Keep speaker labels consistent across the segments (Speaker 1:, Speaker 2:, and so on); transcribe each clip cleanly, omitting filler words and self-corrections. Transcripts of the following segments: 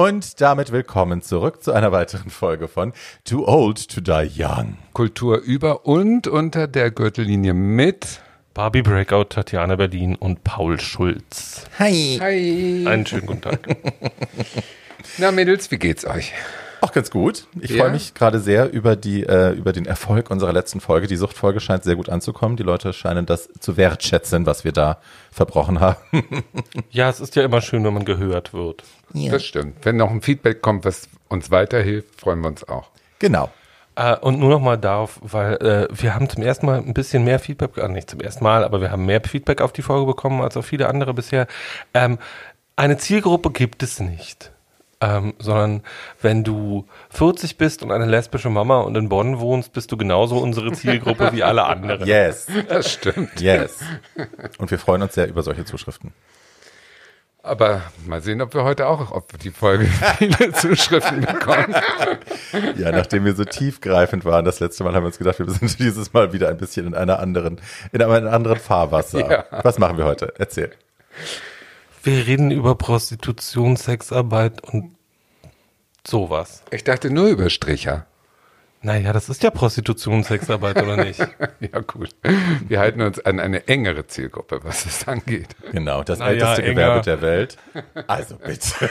Speaker 1: Und damit willkommen zurück zu einer weiteren Folge von Too Old to Die Young.
Speaker 2: Kultur über und unter der Gürtellinie mit
Speaker 3: Barbie Breakout, Tatjana Berlin und Paul Schulz.
Speaker 1: Hi.
Speaker 2: Hi.
Speaker 3: Einen schönen guten Tag.
Speaker 2: Na Mädels, wie geht's euch?
Speaker 1: Auch ganz gut. Ich
Speaker 2: Ja?
Speaker 1: freue mich gerade sehr über den Erfolg unserer letzten Folge. Die Suchtfolge scheint sehr gut anzukommen. Die Leute scheinen das zu wertschätzen, was wir da verbrochen haben.
Speaker 3: Ja, es ist ja immer schön, wenn man gehört wird.
Speaker 1: Ja.
Speaker 2: Das stimmt. Wenn noch ein Feedback kommt, was uns weiterhilft, freuen wir uns auch.
Speaker 1: Genau.
Speaker 3: Und nur noch mal darauf, weil wir haben zum ersten Mal ein bisschen mehr Feedback, nicht zum ersten Mal, aber wir haben mehr Feedback auf die Folge bekommen als auf viele andere bisher. Eine Zielgruppe gibt es nicht. Sondern wenn du 40 bist und eine lesbische Mama und in Bonn wohnst, bist du genauso unsere Zielgruppe wie alle anderen.
Speaker 1: Yes.
Speaker 2: Das stimmt.
Speaker 1: Yes. Und wir freuen uns sehr über solche Zuschriften.
Speaker 2: Aber mal sehen, ob wir heute auch auf die Folge viele Zuschriften bekommen.
Speaker 1: Ja, nachdem wir so tiefgreifend waren, das letzte Mal haben wir uns gedacht, wir sind dieses Mal wieder ein bisschen in einem anderen Fahrwasser.
Speaker 2: Ja.
Speaker 1: Was machen wir heute? Erzähl.
Speaker 3: Wir reden über Prostitution, Sexarbeit und sowas.
Speaker 2: Ich dachte nur über Stricher.
Speaker 3: Naja, das ist ja Prostitution, Sexarbeit, oder nicht?
Speaker 2: Ja gut. Wir halten uns an eine engere Zielgruppe, was es angeht.
Speaker 1: Genau, das
Speaker 3: Naja,
Speaker 1: älteste
Speaker 3: enger.
Speaker 1: Gewerbe der Welt. Also bitte.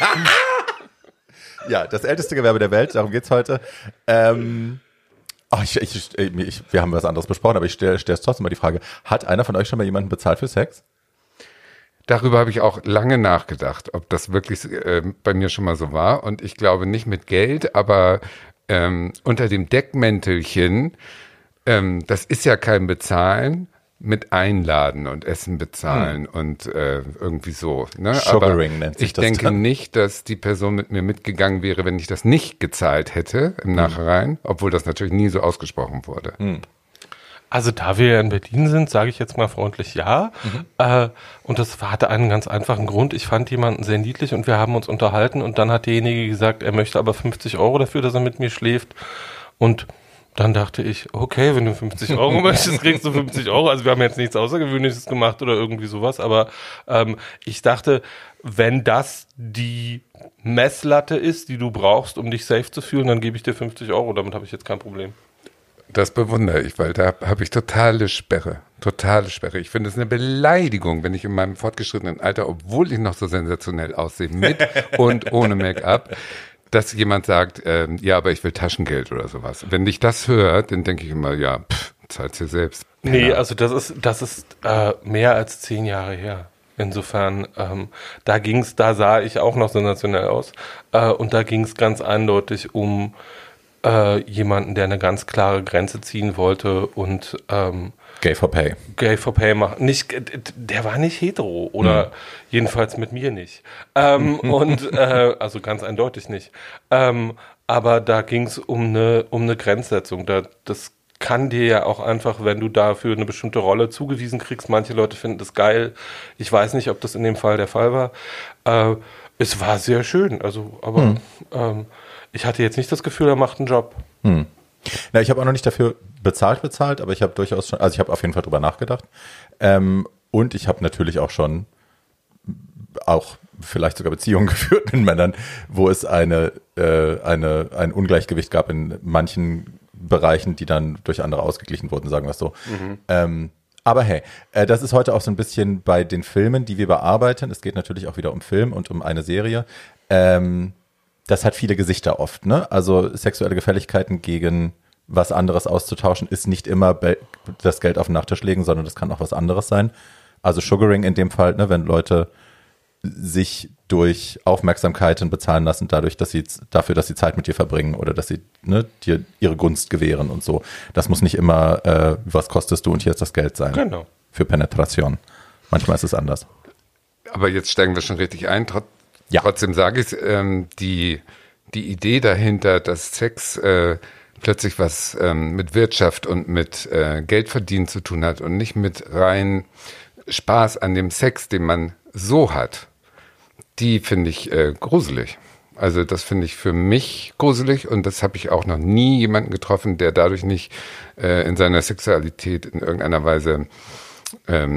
Speaker 1: Ja, das älteste Gewerbe der Welt, darum geht's heute. Wir haben was anderes besprochen, aber ich stelle es trotzdem mal die Frage, hat einer von euch schon mal jemanden bezahlt für Sex?
Speaker 2: Darüber habe ich auch lange nachgedacht, ob das wirklich bei mir schon mal so war. Und ich glaube nicht mit Geld, aber unter dem Deckmäntelchen, das ist ja kein Bezahlen, mit Einladen und Essen bezahlen und irgendwie so. Ne?
Speaker 1: Sugaring
Speaker 2: aber
Speaker 1: nennt sich
Speaker 2: ich
Speaker 1: das
Speaker 2: denke
Speaker 1: dann.
Speaker 2: nicht, dass die Person mit mir mitgegangen wäre, wenn ich das nicht gezahlt hätte im Nachhinein, obwohl das natürlich nie so ausgesprochen wurde.
Speaker 3: Also da wir ja in Berlin sind, sage ich jetzt mal freundlich ja. Und das hatte einen ganz einfachen Grund. Ich fand jemanden sehr niedlich und wir haben uns unterhalten und dann hat derjenige gesagt, er möchte aber 50 € dafür, dass er mit mir schläft. Und dann dachte ich, okay, wenn du 50 € möchtest, kriegst du 50 €. Also wir haben jetzt nichts Außergewöhnliches gemacht oder irgendwie sowas, aber ich dachte, wenn das die Messlatte ist, die du brauchst, um dich safe zu fühlen, dann gebe ich dir 50 €. Damit habe ich jetzt kein Problem.
Speaker 2: Das bewundere ich, weil da habe ich totale Sperre. Ich finde es eine Beleidigung, wenn ich in meinem fortgeschrittenen Alter, obwohl ich noch so sensationell aussehe, mit und ohne Make-up, dass jemand sagt, ja, aber ich will Taschengeld oder sowas. Wenn ich das höre, dann denke ich immer, ja, zahlt's dir selbst.
Speaker 3: Nee,
Speaker 2: Ja.
Speaker 3: also das ist mehr als 10 Jahre her. Insofern, da sah ich auch noch sensationell aus. Und da ging es ganz eindeutig um jemanden, der eine ganz klare Grenze ziehen wollte und
Speaker 1: Gay for Pay.
Speaker 3: Gay for Pay machen. Der war nicht hetero oder jedenfalls mit mir nicht. Also ganz eindeutig nicht. Aber da ging es um eine Grenzsetzung. Das kann dir ja auch einfach, wenn du dafür eine bestimmte Rolle zugewiesen kriegst, manche Leute finden das geil. Ich weiß nicht, ob das in dem Fall der Fall war. Es war sehr schön, aber ich hatte jetzt nicht das Gefühl, er macht einen Job.
Speaker 1: Na, ich habe auch noch nicht dafür bezahlt, aber ich habe durchaus schon, also ich habe auf jeden Fall drüber nachgedacht. Und ich habe natürlich auch schon vielleicht sogar Beziehungen geführt mit Männern, wo es ein Ungleichgewicht gab in manchen Bereichen, die dann durch andere ausgeglichen wurden, sagen wir es so. Aber hey, das ist heute auch so ein bisschen bei den Filmen, die wir bearbeiten. Es geht natürlich auch wieder um Film und um eine Serie. Das hat viele Gesichter oft, ne? Also sexuelle Gefälligkeiten gegen was anderes auszutauschen, ist nicht immer das Geld auf den Nachttisch legen, sondern das kann auch was anderes sein. Also Sugaring in dem Fall, ne, wenn Leute sich durch Aufmerksamkeiten bezahlen lassen, dafür, dass sie Zeit mit dir verbringen oder dass sie dir ihre Gunst gewähren und so. Das muss nicht immer, was kostest du und hier ist das Geld sein.
Speaker 3: Genau.
Speaker 1: Für Penetration. Manchmal ist es anders.
Speaker 2: Aber jetzt steigen wir schon richtig ein.
Speaker 1: Ja.
Speaker 2: Trotzdem sage ich, die Idee dahinter, dass Sex plötzlich was mit Wirtschaft und mit Geldverdienen zu tun hat und nicht mit rein Spaß an dem Sex, den man so hat, die finde ich gruselig. Also das finde ich für mich gruselig und das habe ich auch noch nie jemanden getroffen, der dadurch nicht in seiner Sexualität in irgendeiner Weise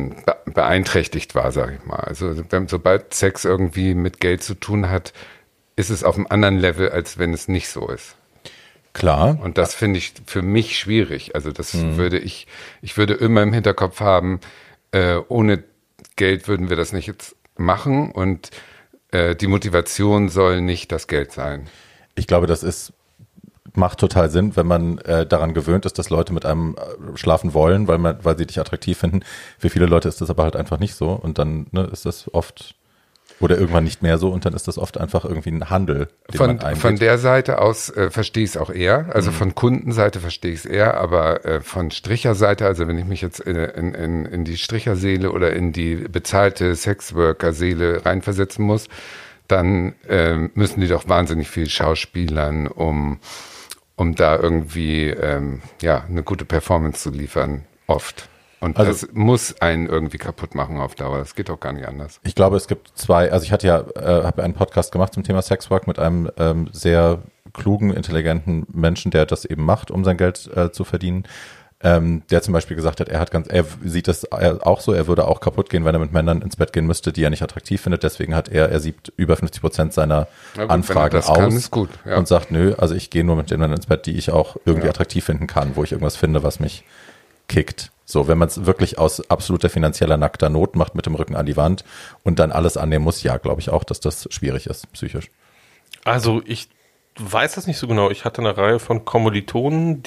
Speaker 2: beeinträchtigt war, sage ich mal. Also sobald Sex irgendwie mit Geld zu tun hat, ist es auf einem anderen Level, als wenn es nicht so ist.
Speaker 1: Klar.
Speaker 2: Und das finde ich für mich schwierig. Also das würde ich würde immer im Hinterkopf haben, ohne Geld würden wir das nicht jetzt machen und die Motivation soll nicht das Geld sein.
Speaker 1: Ich glaube, macht total Sinn, wenn man daran gewöhnt ist, dass Leute mit einem schlafen wollen, weil sie dich attraktiv finden. Für viele Leute ist das aber halt einfach nicht so und dann ist das oft oder irgendwann nicht mehr so und dann ist das oft einfach irgendwie ein Handel, den man eingeht.
Speaker 2: Von der Seite aus verstehe ich es auch eher, also von Kundenseite verstehe ich es eher, aber von Stricherseite, also wenn ich mich jetzt in die Stricherseele oder in die bezahlte Sexworker-Seele reinversetzen muss, dann müssen die doch wahnsinnig viel schauspielern, um da irgendwie eine gute Performance zu liefern, oft. Und also, das muss einen irgendwie kaputt machen auf Dauer. Das geht doch gar nicht anders.
Speaker 1: Ich glaube, es gibt ich habe einen Podcast gemacht zum Thema Sexwork mit einem sehr klugen, intelligenten Menschen, der das eben macht, um sein Geld zu verdienen. Der zum Beispiel gesagt hat, er sieht das auch so, er würde auch kaputt gehen, wenn er mit Männern ins Bett gehen müsste, die er nicht attraktiv findet. Deswegen hat er siebt über 50% seiner Anfragen aus
Speaker 2: ist gut, ja.
Speaker 1: Und sagt, nö, also ich gehe nur mit den Männern ins Bett, die ich auch irgendwie attraktiv finden kann, wo ich irgendwas finde, was mich kickt. So, wenn man es wirklich aus absoluter finanzieller nackter Not macht mit dem Rücken an die Wand und dann alles annehmen muss, ja, glaube ich auch, dass das schwierig ist, psychisch.
Speaker 3: Also ich weiß das nicht so genau. Ich hatte eine Reihe von Kommilitonen,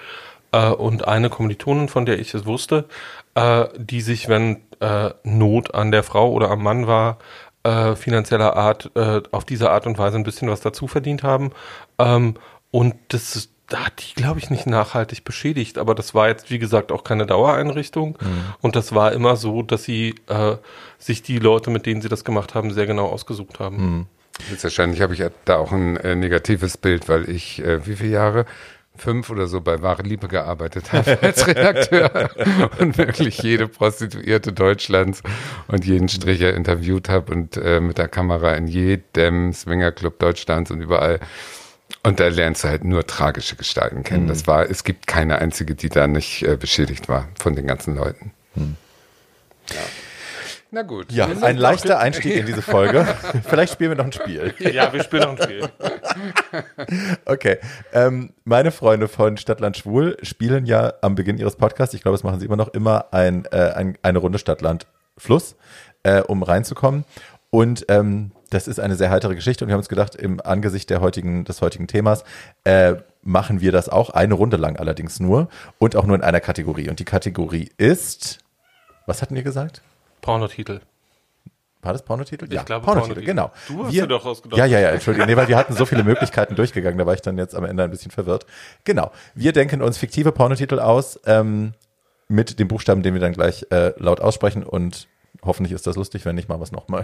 Speaker 3: und eine Kommilitonin, von der ich es wusste, die sich, wenn Not an der Frau oder am Mann war, finanzieller Art, auf diese Art und Weise ein bisschen was dazu verdient haben. Und das hat die, glaube ich, nicht nachhaltig beschädigt. Aber das war jetzt, wie gesagt, auch keine Dauereinrichtung. Und das war immer so, dass sie sich die Leute, mit denen sie das gemacht haben, sehr genau ausgesucht haben.
Speaker 2: Jetzt wahrscheinlich habe ich da auch ein negatives Bild, weil ich, wie viele Jahre? 5 oder so bei Wahre Liebe gearbeitet habe als Redakteur und wirklich jede Prostituierte Deutschlands und jeden Stricher interviewt habe und mit der Kamera in jedem Swingerclub Deutschlands und überall. Und da lernst du halt nur tragische Gestalten kennen. Es gibt keine einzige, die da nicht beschädigt war von den ganzen Leuten. Ja. Na gut.
Speaker 1: Ja, ein leichter Einstieg in diese Folge. Vielleicht spielen wir noch ein Spiel.
Speaker 3: Ja, wir spielen noch ein Spiel.
Speaker 1: Okay. Meine Freunde von Stadtland Schwul spielen ja am Beginn ihres Podcasts, ich glaube, das machen sie immer noch, eine Runde Stadtland Fluss, um reinzukommen. Und das ist eine sehr heitere Geschichte und wir haben uns gedacht, im Angesicht des heutigen Themas machen wir das auch eine Runde lang allerdings nur und auch nur in einer Kategorie. Und die Kategorie ist, was hatten wir gesagt?
Speaker 3: Pornotitel.
Speaker 1: War das Pornotitel?
Speaker 3: Ich glaube Pornotitel,
Speaker 1: genau.
Speaker 3: Du hast dir doch ausgedacht.
Speaker 1: Ja, Entschuldigung. Nee, weil wir hatten so viele Möglichkeiten durchgegangen, da war ich dann jetzt am Ende ein bisschen verwirrt. Genau. Wir denken uns fiktive Pornotitel aus, mit dem Buchstaben, den wir dann gleich laut aussprechen und hoffentlich ist das lustig, wenn nicht, machen wir es nochmal.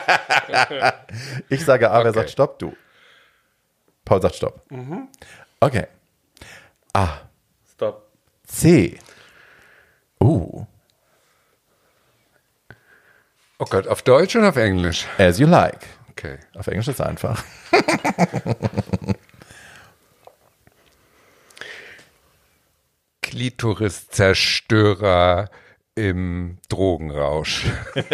Speaker 1: Ich sage A, wer sagt Stopp? Du. Paul sagt Stopp. Okay. A.
Speaker 3: Stopp.
Speaker 1: C.
Speaker 2: Oh Gott, auf Deutsch oder auf Englisch?
Speaker 1: As you like.
Speaker 2: Okay.
Speaker 1: Auf Englisch ist es einfach.
Speaker 2: Klitoriszerstörer im Drogenrausch.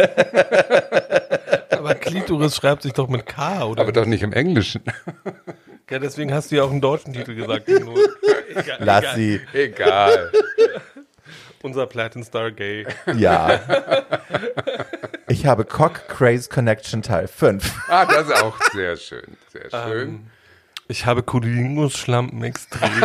Speaker 3: Aber Klitoris schreibt sich doch mit K, oder?
Speaker 2: Aber doch nicht im Englischen.
Speaker 3: Ja, deswegen hast du ja auch einen deutschen Titel gesagt.
Speaker 1: Lass sie.
Speaker 2: Egal.
Speaker 3: Unser Platin Star Gay.
Speaker 1: Ja. Ich habe Cock Craze Connection Teil 5.
Speaker 2: Ah, das ist auch sehr schön. Sehr schön.
Speaker 3: Ich habe Cunnilingus-Schlampen extrem.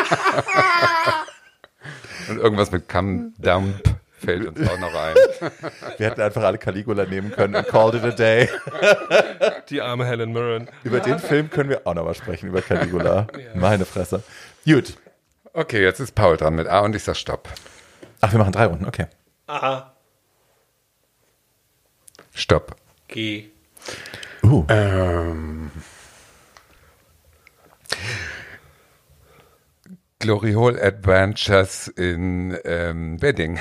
Speaker 2: Und irgendwas mit Cum-Dump fällt uns auch noch ein.
Speaker 1: Wir hätten einfach alle Caligula nehmen können und called it a day.
Speaker 3: Die arme Helen Mirren.
Speaker 1: Über den Film können wir auch noch mal sprechen, über Caligula. Ja. Meine Fresse. Gut.
Speaker 2: Okay, jetzt ist Paul dran mit A und ich sag Stopp.
Speaker 1: Ach, wir machen 3 Runden, okay.
Speaker 3: A.
Speaker 2: Stopp.
Speaker 3: G.
Speaker 2: Glory Hole Adventures in Wedding.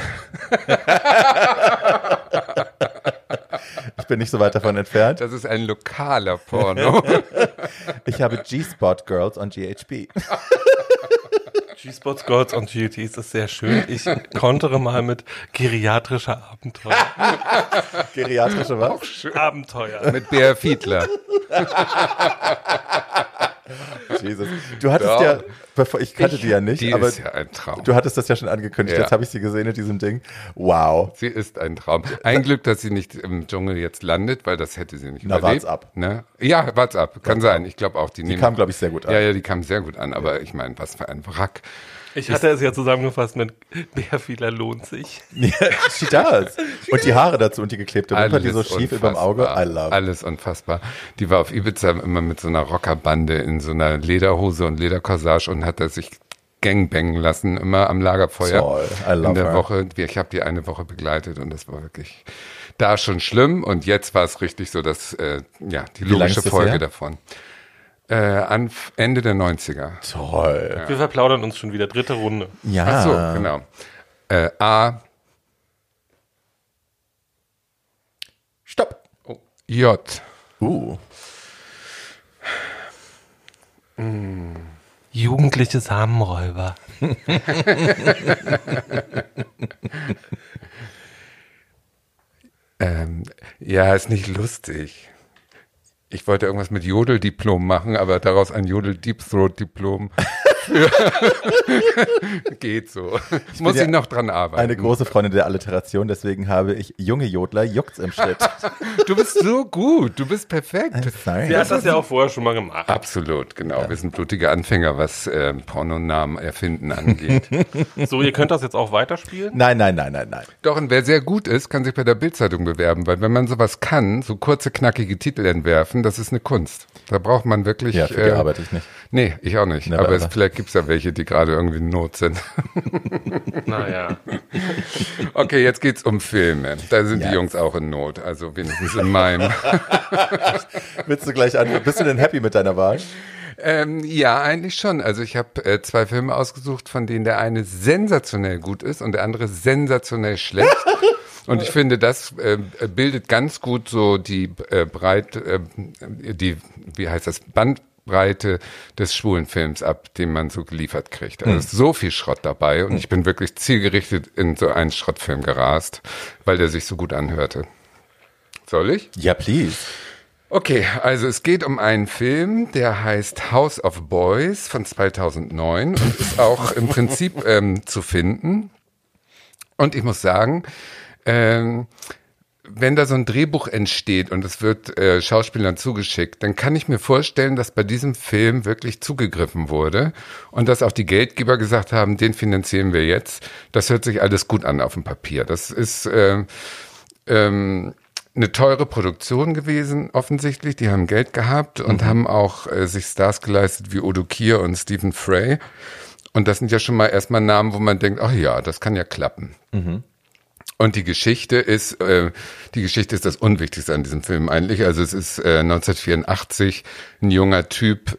Speaker 1: Ich bin nicht so weit davon entfernt.
Speaker 2: Das ist ein lokaler Porno.
Speaker 1: Ich habe G-Spot Girls on GHB.
Speaker 3: G-Spots, Girls und Duties ist sehr schön. Ich kontere mal mit geriatrischer Abenteuer.
Speaker 1: Geriatrische was?
Speaker 3: Abenteuer.
Speaker 2: Mit Bär Fiedler.
Speaker 1: Jesus. Du hattest ja, bevor ich kannte die ja nicht,
Speaker 2: Die
Speaker 1: aber
Speaker 2: ist ja ein Traum.
Speaker 1: du hattest das ja schon angekündigt.
Speaker 2: Ja.
Speaker 1: Jetzt habe ich sie gesehen in diesem Ding. Wow.
Speaker 2: Sie ist ein Traum. Ein Glück, dass sie nicht im Dschungel jetzt landet, weil das hätte sie nicht
Speaker 1: Na,
Speaker 2: überlebt.
Speaker 1: wart's ab.
Speaker 2: Ne? Ja, wart's ab. Kann sein. Ich glaube auch, die
Speaker 1: kam, glaube ich, sehr gut an.
Speaker 2: Ja, die kam sehr gut an. Aber ich meine, was für ein Wrack.
Speaker 3: Ich hatte es ja zusammengefasst mit Bärfieler lohnt sich.
Speaker 1: Ja, she does. Und die Haare dazu und die geklebte Wimper, die so schief überm Auge. I love.
Speaker 2: Alles unfassbar. Die war auf Ibiza immer mit so einer Rockerbande in so einer Lederhose und Ledercorsage und hat sich gangbangen lassen, immer am Lagerfeuer.
Speaker 1: Toll. I love
Speaker 2: in der
Speaker 1: her.
Speaker 2: Woche. Ich habe die eine Woche begleitet und das war wirklich da schon schlimm. Und jetzt war es richtig so, dass die
Speaker 1: lang
Speaker 2: logische
Speaker 1: ist das
Speaker 2: Folge
Speaker 1: her?
Speaker 2: davon. An Ende der 90er.
Speaker 1: Toll.
Speaker 3: Wir verplaudern uns schon wieder. 3. Runde.
Speaker 1: Ja.
Speaker 2: Ach so, genau. A,
Speaker 1: Stopp.
Speaker 2: J.
Speaker 3: Jugendliche Samenräuber.
Speaker 2: Ja, ist nicht lustig. Ich wollte irgendwas mit Jodeldiplom machen, aber daraus ein Jodel-Deep-Throat-Diplom geht so. Muss
Speaker 1: ja
Speaker 2: ich noch dran arbeiten.
Speaker 1: Eine große Freundin der Alliteration, deswegen habe ich junge Jodler juckt's im Schritt.
Speaker 2: Du bist so gut, du bist perfekt.
Speaker 1: Sorry.
Speaker 3: Sie hat das ja auch vorher schon mal gemacht.
Speaker 2: Absolut, genau. Wir sind blutige Anfänger, was Pornonamen erfinden angeht.
Speaker 3: So, ihr könnt das jetzt auch weiterspielen?
Speaker 1: Nein.
Speaker 2: Doch, und wer sehr gut ist, kann sich bei der Bild-Zeitung bewerben, weil wenn man sowas kann, so kurze, knackige Titel entwerfen, das ist eine Kunst. Da braucht man wirklich...
Speaker 1: Ja, für die arbeite ich nicht.
Speaker 2: Nee, ich auch nicht.
Speaker 1: Never
Speaker 2: Aber
Speaker 1: ever.
Speaker 2: vielleicht gibt's ja welche, die gerade irgendwie in Not sind.
Speaker 3: Naja.
Speaker 2: Okay, jetzt geht's um Filme. Da sind
Speaker 1: Yes.
Speaker 2: die Jungs auch in Not, also wenigstens in meinem.
Speaker 1: Willst du gleich an? Bist du denn happy mit deiner Wahl?
Speaker 2: Ja, eigentlich schon. Also ich habe 2 Filme ausgesucht, von denen der eine sensationell gut ist und der andere sensationell schlecht. Und ich finde, das bildet ganz gut so die Bandbreite des schwulen Films ab, den man so geliefert kriegt. Also es ist so viel Schrott dabei und ich bin wirklich zielgerichtet in so einen Schrottfilm gerast, weil der sich so gut anhörte. Soll ich?
Speaker 1: Ja, please.
Speaker 2: Okay, also es geht um einen Film, der heißt House of Boys von 2009 und ist auch im Prinzip zu finden. Und ich muss sagen, wenn da so ein Drehbuch entsteht und es wird Schauspielern zugeschickt, dann kann ich mir vorstellen, dass bei diesem Film wirklich zugegriffen wurde und dass auch die Geldgeber gesagt haben, den finanzieren wir jetzt. Das hört sich alles gut an auf dem Papier. Das ist eine teure Produktion gewesen, offensichtlich. Die haben Geld gehabt und haben auch sich Stars geleistet wie Udo Kier und Stephen Fry. Und das sind ja schon mal erstmal Namen, wo man denkt, ach ja, das kann ja klappen. Und die Geschichte ist das Unwichtigste an diesem Film eigentlich. Also es ist 1984, ein junger Typ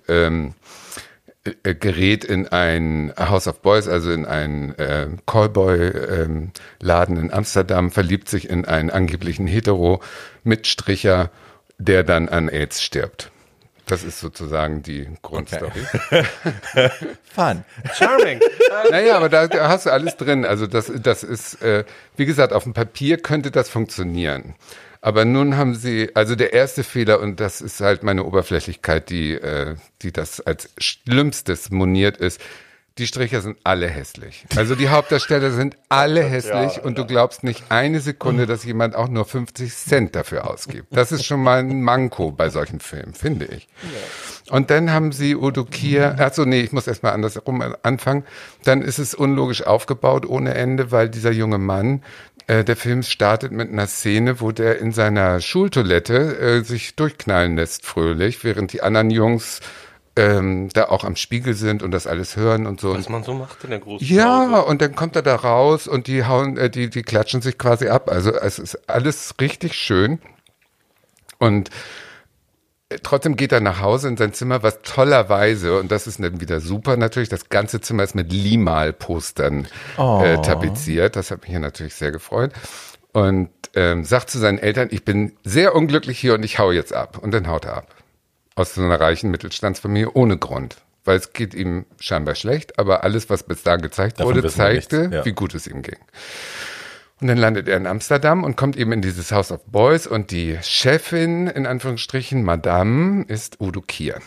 Speaker 2: gerät in ein House of Boys, also in einen Callboy-Laden in Amsterdam, verliebt sich in einen angeblichen Hetero-Mitstricher, der dann an AIDS stirbt. Das ist sozusagen die Grundstory.
Speaker 1: Fun.
Speaker 3: Charming.
Speaker 2: Naja, aber da hast du alles drin. Also das ist, wie gesagt, auf dem Papier könnte das funktionieren. Aber nun haben sie, also der erste Fehler, und das ist halt meine Oberflächlichkeit, die das als Schlimmstes moniert ist, die Stricher sind alle hässlich. Also die Hauptdarsteller sind alle hässlich und du glaubst nicht eine Sekunde, dass jemand auch nur 50 Cent dafür ausgibt. Das ist schon mal ein Manko bei solchen Filmen, finde ich. Und dann haben sie Udo Kier, ich muss erstmal andersrum anfangen. Dann ist es unlogisch aufgebaut ohne Ende, weil dieser junge Mann, der Film startet mit einer Szene, wo der in seiner Schultoilette sich durchknallen lässt fröhlich, während die anderen Jungs da auch am Spiegel sind und das alles hören und so.
Speaker 3: Was man so macht in der großen
Speaker 2: Ja,
Speaker 3: Pause.
Speaker 2: und dann kommt er da raus und die hauen, die klatschen sich quasi ab. Also es ist alles richtig schön. Und trotzdem geht er nach Hause in sein Zimmer, was tollerweise, und das ist dann wieder super natürlich, das ganze Zimmer ist mit Limal-Postern tapeziert. Das hat mich ja natürlich sehr gefreut. Und sagt zu seinen Eltern, ich bin sehr unglücklich hier und ich hau jetzt ab. Und dann haut er ab. Aus so einer reichen Mittelstandsfamilie ohne Grund. weil es geht ihm scheinbar schlecht, aber alles, was bis dahin gezeigt wurde, zeigte, wie gut es ihm ging. Und dann landet er in Amsterdam und kommt eben in dieses House of Boys und die Chefin, in Anführungsstrichen, Madame, ist Udo Kier.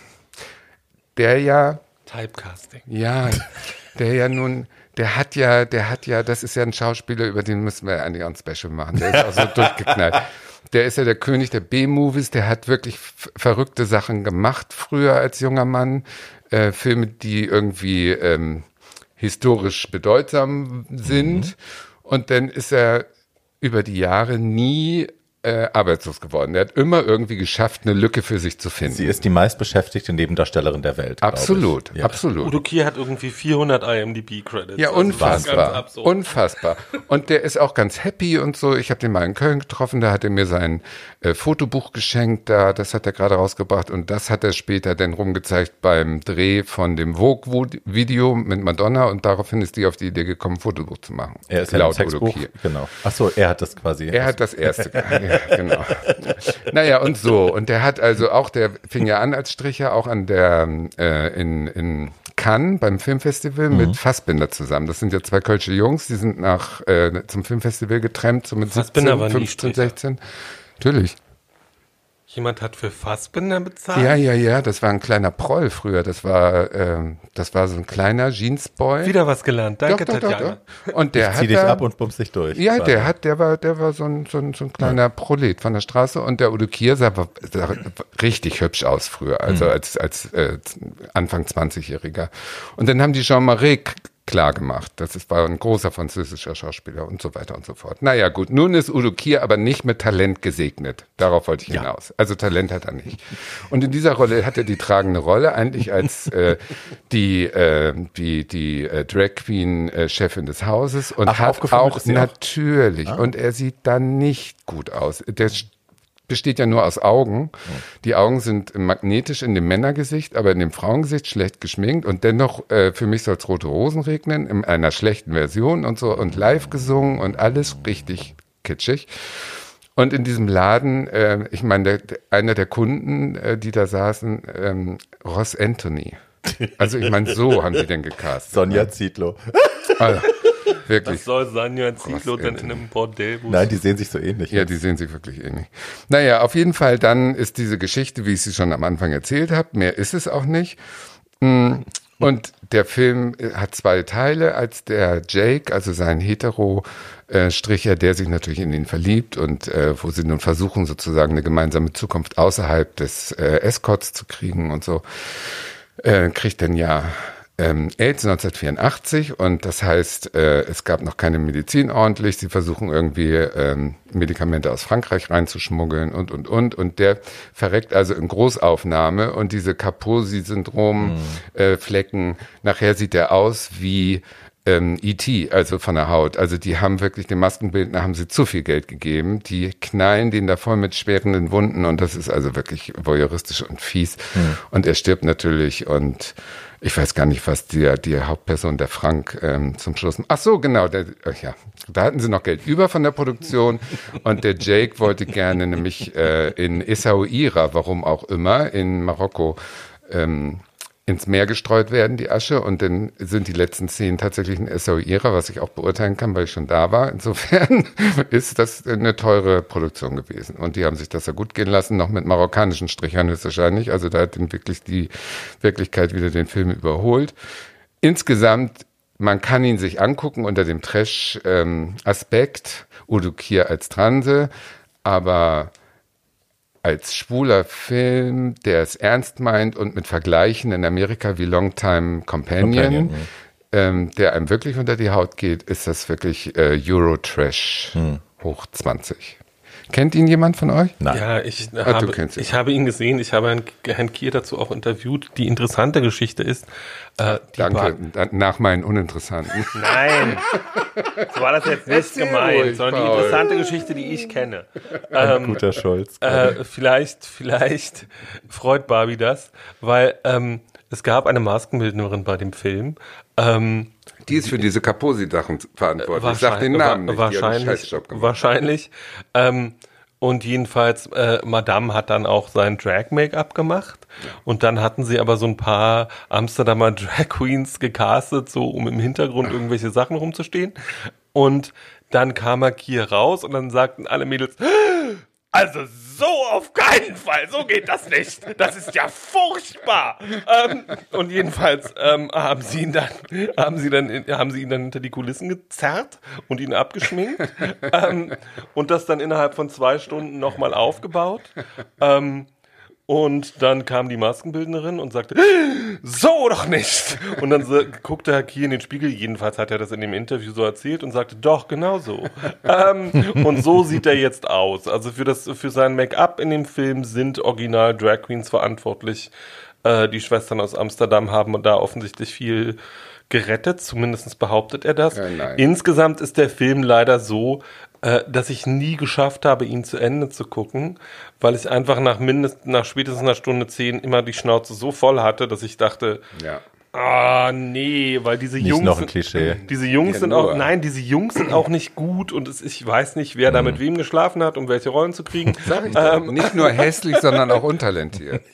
Speaker 2: Der ja...
Speaker 3: Typecasting.
Speaker 2: Ja, der ja nun... Der hat ja, das ist ja ein Schauspieler, über den müssen wir eigentlich auch ein Special machen. Der ist auch so durchgeknallt. Der ist ja der König der B-Movies, der hat wirklich verrückte Sachen gemacht früher als junger Mann. Filme, die irgendwie historisch bedeutsam sind. Und dann ist er über die Jahre nie arbeitslos geworden. Er hat immer irgendwie geschafft, eine Lücke für sich zu finden.
Speaker 1: Sie ist die meistbeschäftigte Nebendarstellerin der Welt.
Speaker 2: Absolut, ja. Absolut.
Speaker 3: Udo Kier hat irgendwie 400 IMDb-Credits.
Speaker 2: Ja, unfassbar. Unfassbar. Und der ist auch ganz happy und so. Ich habe den mal in Köln getroffen, da hat er mir sein Fotobuch geschenkt, das hat er gerade rausgebracht und das hat er später dann rumgezeigt beim Dreh von dem Vogue-Video mit Madonna und daraufhin ist die auf die Idee gekommen, ein Fotobuch zu machen.
Speaker 1: Er ist laut Udo Kier. Genau. Ach so, er hat das quasi.
Speaker 2: Er hat das erste. Ja, genau. Naja, und so. Und der hat also auch, der fing ja an als Stricher, auch an der, in Cannes beim Filmfestival mit Fassbinder zusammen. Das sind ja zwei kölsche Jungs, die sind zum Filmfestival getrennt, so mit 17, 15, 16. Natürlich.
Speaker 3: Jemand hat für Fassbinder bezahlt?
Speaker 2: Ja, das war ein kleiner Proll früher. Das war so ein kleiner Jeansboy.
Speaker 3: Wieder was gelernt. Danke, Tatjana.
Speaker 2: Doch. Und der
Speaker 1: zieh dich ab und bummst dich durch.
Speaker 2: Ja, der war so ein kleiner Prolet von der Straße und der Udo Kier sah richtig hübsch aus früher, also als Anfang 20-Jähriger. Und dann haben die Jean-Marie klar gemacht. War ein großer französischer Schauspieler und so weiter und so fort. Naja, gut. Nun ist Udo Kier aber nicht mit Talent gesegnet. Darauf wollte ich hinaus. Also Talent hat er nicht. Und in dieser Rolle hat er die tragende Rolle, eigentlich als die Drag Queen Chefin des Hauses und hat auch natürlich. Und er sieht dann nicht gut aus. Der besteht ja nur aus Augen. Die Augen sind magnetisch in dem Männergesicht, aber in dem Frauengesicht schlecht geschminkt und dennoch für mich soll es rote Rosen regnen, in einer schlechten Version und so und live gesungen und alles richtig kitschig. Und in diesem Laden, ich meine, einer der Kunden, die da saßen, Ross Anthony. Also ich meine, so haben sie den gecastet.
Speaker 1: Sonja Zietlow.
Speaker 2: Also, wirklich.
Speaker 3: Was soll Sonja Zietlow denn in einem Bordell?
Speaker 1: Nein, die sehen sich so ähnlich.
Speaker 2: Ja, die sehen sich wirklich ähnlich. Naja, auf jeden Fall, dann ist diese Geschichte, wie ich sie schon am Anfang erzählt habe, mehr ist es auch nicht. Und der Film hat zwei Teile, als der Jake, also sein Hetero-Stricher, der sich natürlich in ihn verliebt und wo sie nun versuchen, sozusagen eine gemeinsame Zukunft außerhalb des Escorts zu kriegen und so, kriegt dann ja AIDS 1984 und das heißt, es gab noch keine Medizin ordentlich. Sie versuchen irgendwie Medikamente aus Frankreich reinzuschmuggeln und der verreckt also in Großaufnahme und diese Kaposi-Syndrom-Flecken, nachher sieht er aus wie E.T., also von der Haut. Also die haben wirklich dem Maskenbildner haben sie zu viel Geld gegeben. Die knallen den da voll mit schwerenden Wunden und das ist also wirklich voyeuristisch und fies. Und er stirbt natürlich und ich weiß gar nicht, was die Hauptperson, der Frank, zum Schluss... Ach so, genau, da hatten sie noch Geld über von der Produktion und der Jake wollte gerne nämlich in Essaouira, warum auch immer, in Marokko, ins Meer gestreut werden, die Asche, und dann sind die letzten Szenen tatsächlich in Essaouira, was ich auch beurteilen kann, weil ich schon da war. Insofern ist das eine teure Produktion gewesen. Und die haben sich das ja gut gehen lassen, noch mit marokkanischen Strichern höchstwahrscheinlich. Also da hat dann wirklich die Wirklichkeit wieder den Film überholt. Insgesamt, man kann ihn sich angucken unter dem Trash-Aspekt, Udo Kier als Transe, aber als schwuler Film, der es ernst meint und mit Vergleichen in Amerika wie Longtime Companion, der einem wirklich unter die Haut geht, ist das wirklich Eurotrash hoch 20. Kennt ihn jemand von euch?
Speaker 1: Nein.
Speaker 3: Ja, ich habe ihn gesehen, ich habe Herrn Kier dazu auch interviewt. Die interessante Geschichte ist...
Speaker 2: Danke, nach meinen uninteressanten.
Speaker 3: Nein, so war das jetzt nicht gemeint, sondern die interessante Geschichte, die ich kenne.
Speaker 1: Guter Scholz.
Speaker 3: Vielleicht freut Barbie das, weil es gab eine Maskenbildnerin bei dem Film.
Speaker 2: Die ist für diese Kaposi-Sachen verantwortlich. Ich sag den Namen nicht.
Speaker 3: Wahrscheinlich. Und jedenfalls, Madame hat dann auch sein Drag-Make-up gemacht. Und dann hatten sie aber so ein paar Amsterdamer Drag-Queens gecastet, so um im Hintergrund irgendwelche Sachen rumzustehen. Und dann kam er hier raus und dann sagten alle Mädels, also so auf keinen Fall, so geht das nicht. Das ist ja furchtbar. Und jedenfalls haben sie ihn dann hinter die Kulissen gezerrt und ihn abgeschminkt und das dann innerhalb von 2 Stunden nochmal aufgebaut. Und dann kam die Maskenbildnerin und sagte, so doch nicht. Und dann guckte Herr Kier in den Spiegel, jedenfalls hat er das in dem Interview so erzählt und sagte, doch, genau so. Und so sieht er jetzt aus. Also für sein Make-up in dem Film sind original Drag Queens verantwortlich. Die Schwestern aus Amsterdam haben da offensichtlich viel gerettet, zumindest behauptet er das. Insgesamt ist der Film leider so, dass ich nie geschafft habe, ihn zu Ende zu gucken, weil ich einfach nach spätestens einer Stunde 10 immer die Schnauze so voll hatte, dass ich dachte, nee, weil diese
Speaker 1: nicht
Speaker 3: Jungs
Speaker 1: noch ein Klischee.
Speaker 3: Diese Jungs sind auch, diese Jungs sind auch nicht gut und ich weiß nicht, wer da mit wem geschlafen hat, um welche Rollen zu kriegen.
Speaker 2: Sag ich doch. Nicht nur hässlich, sondern auch untalentiert.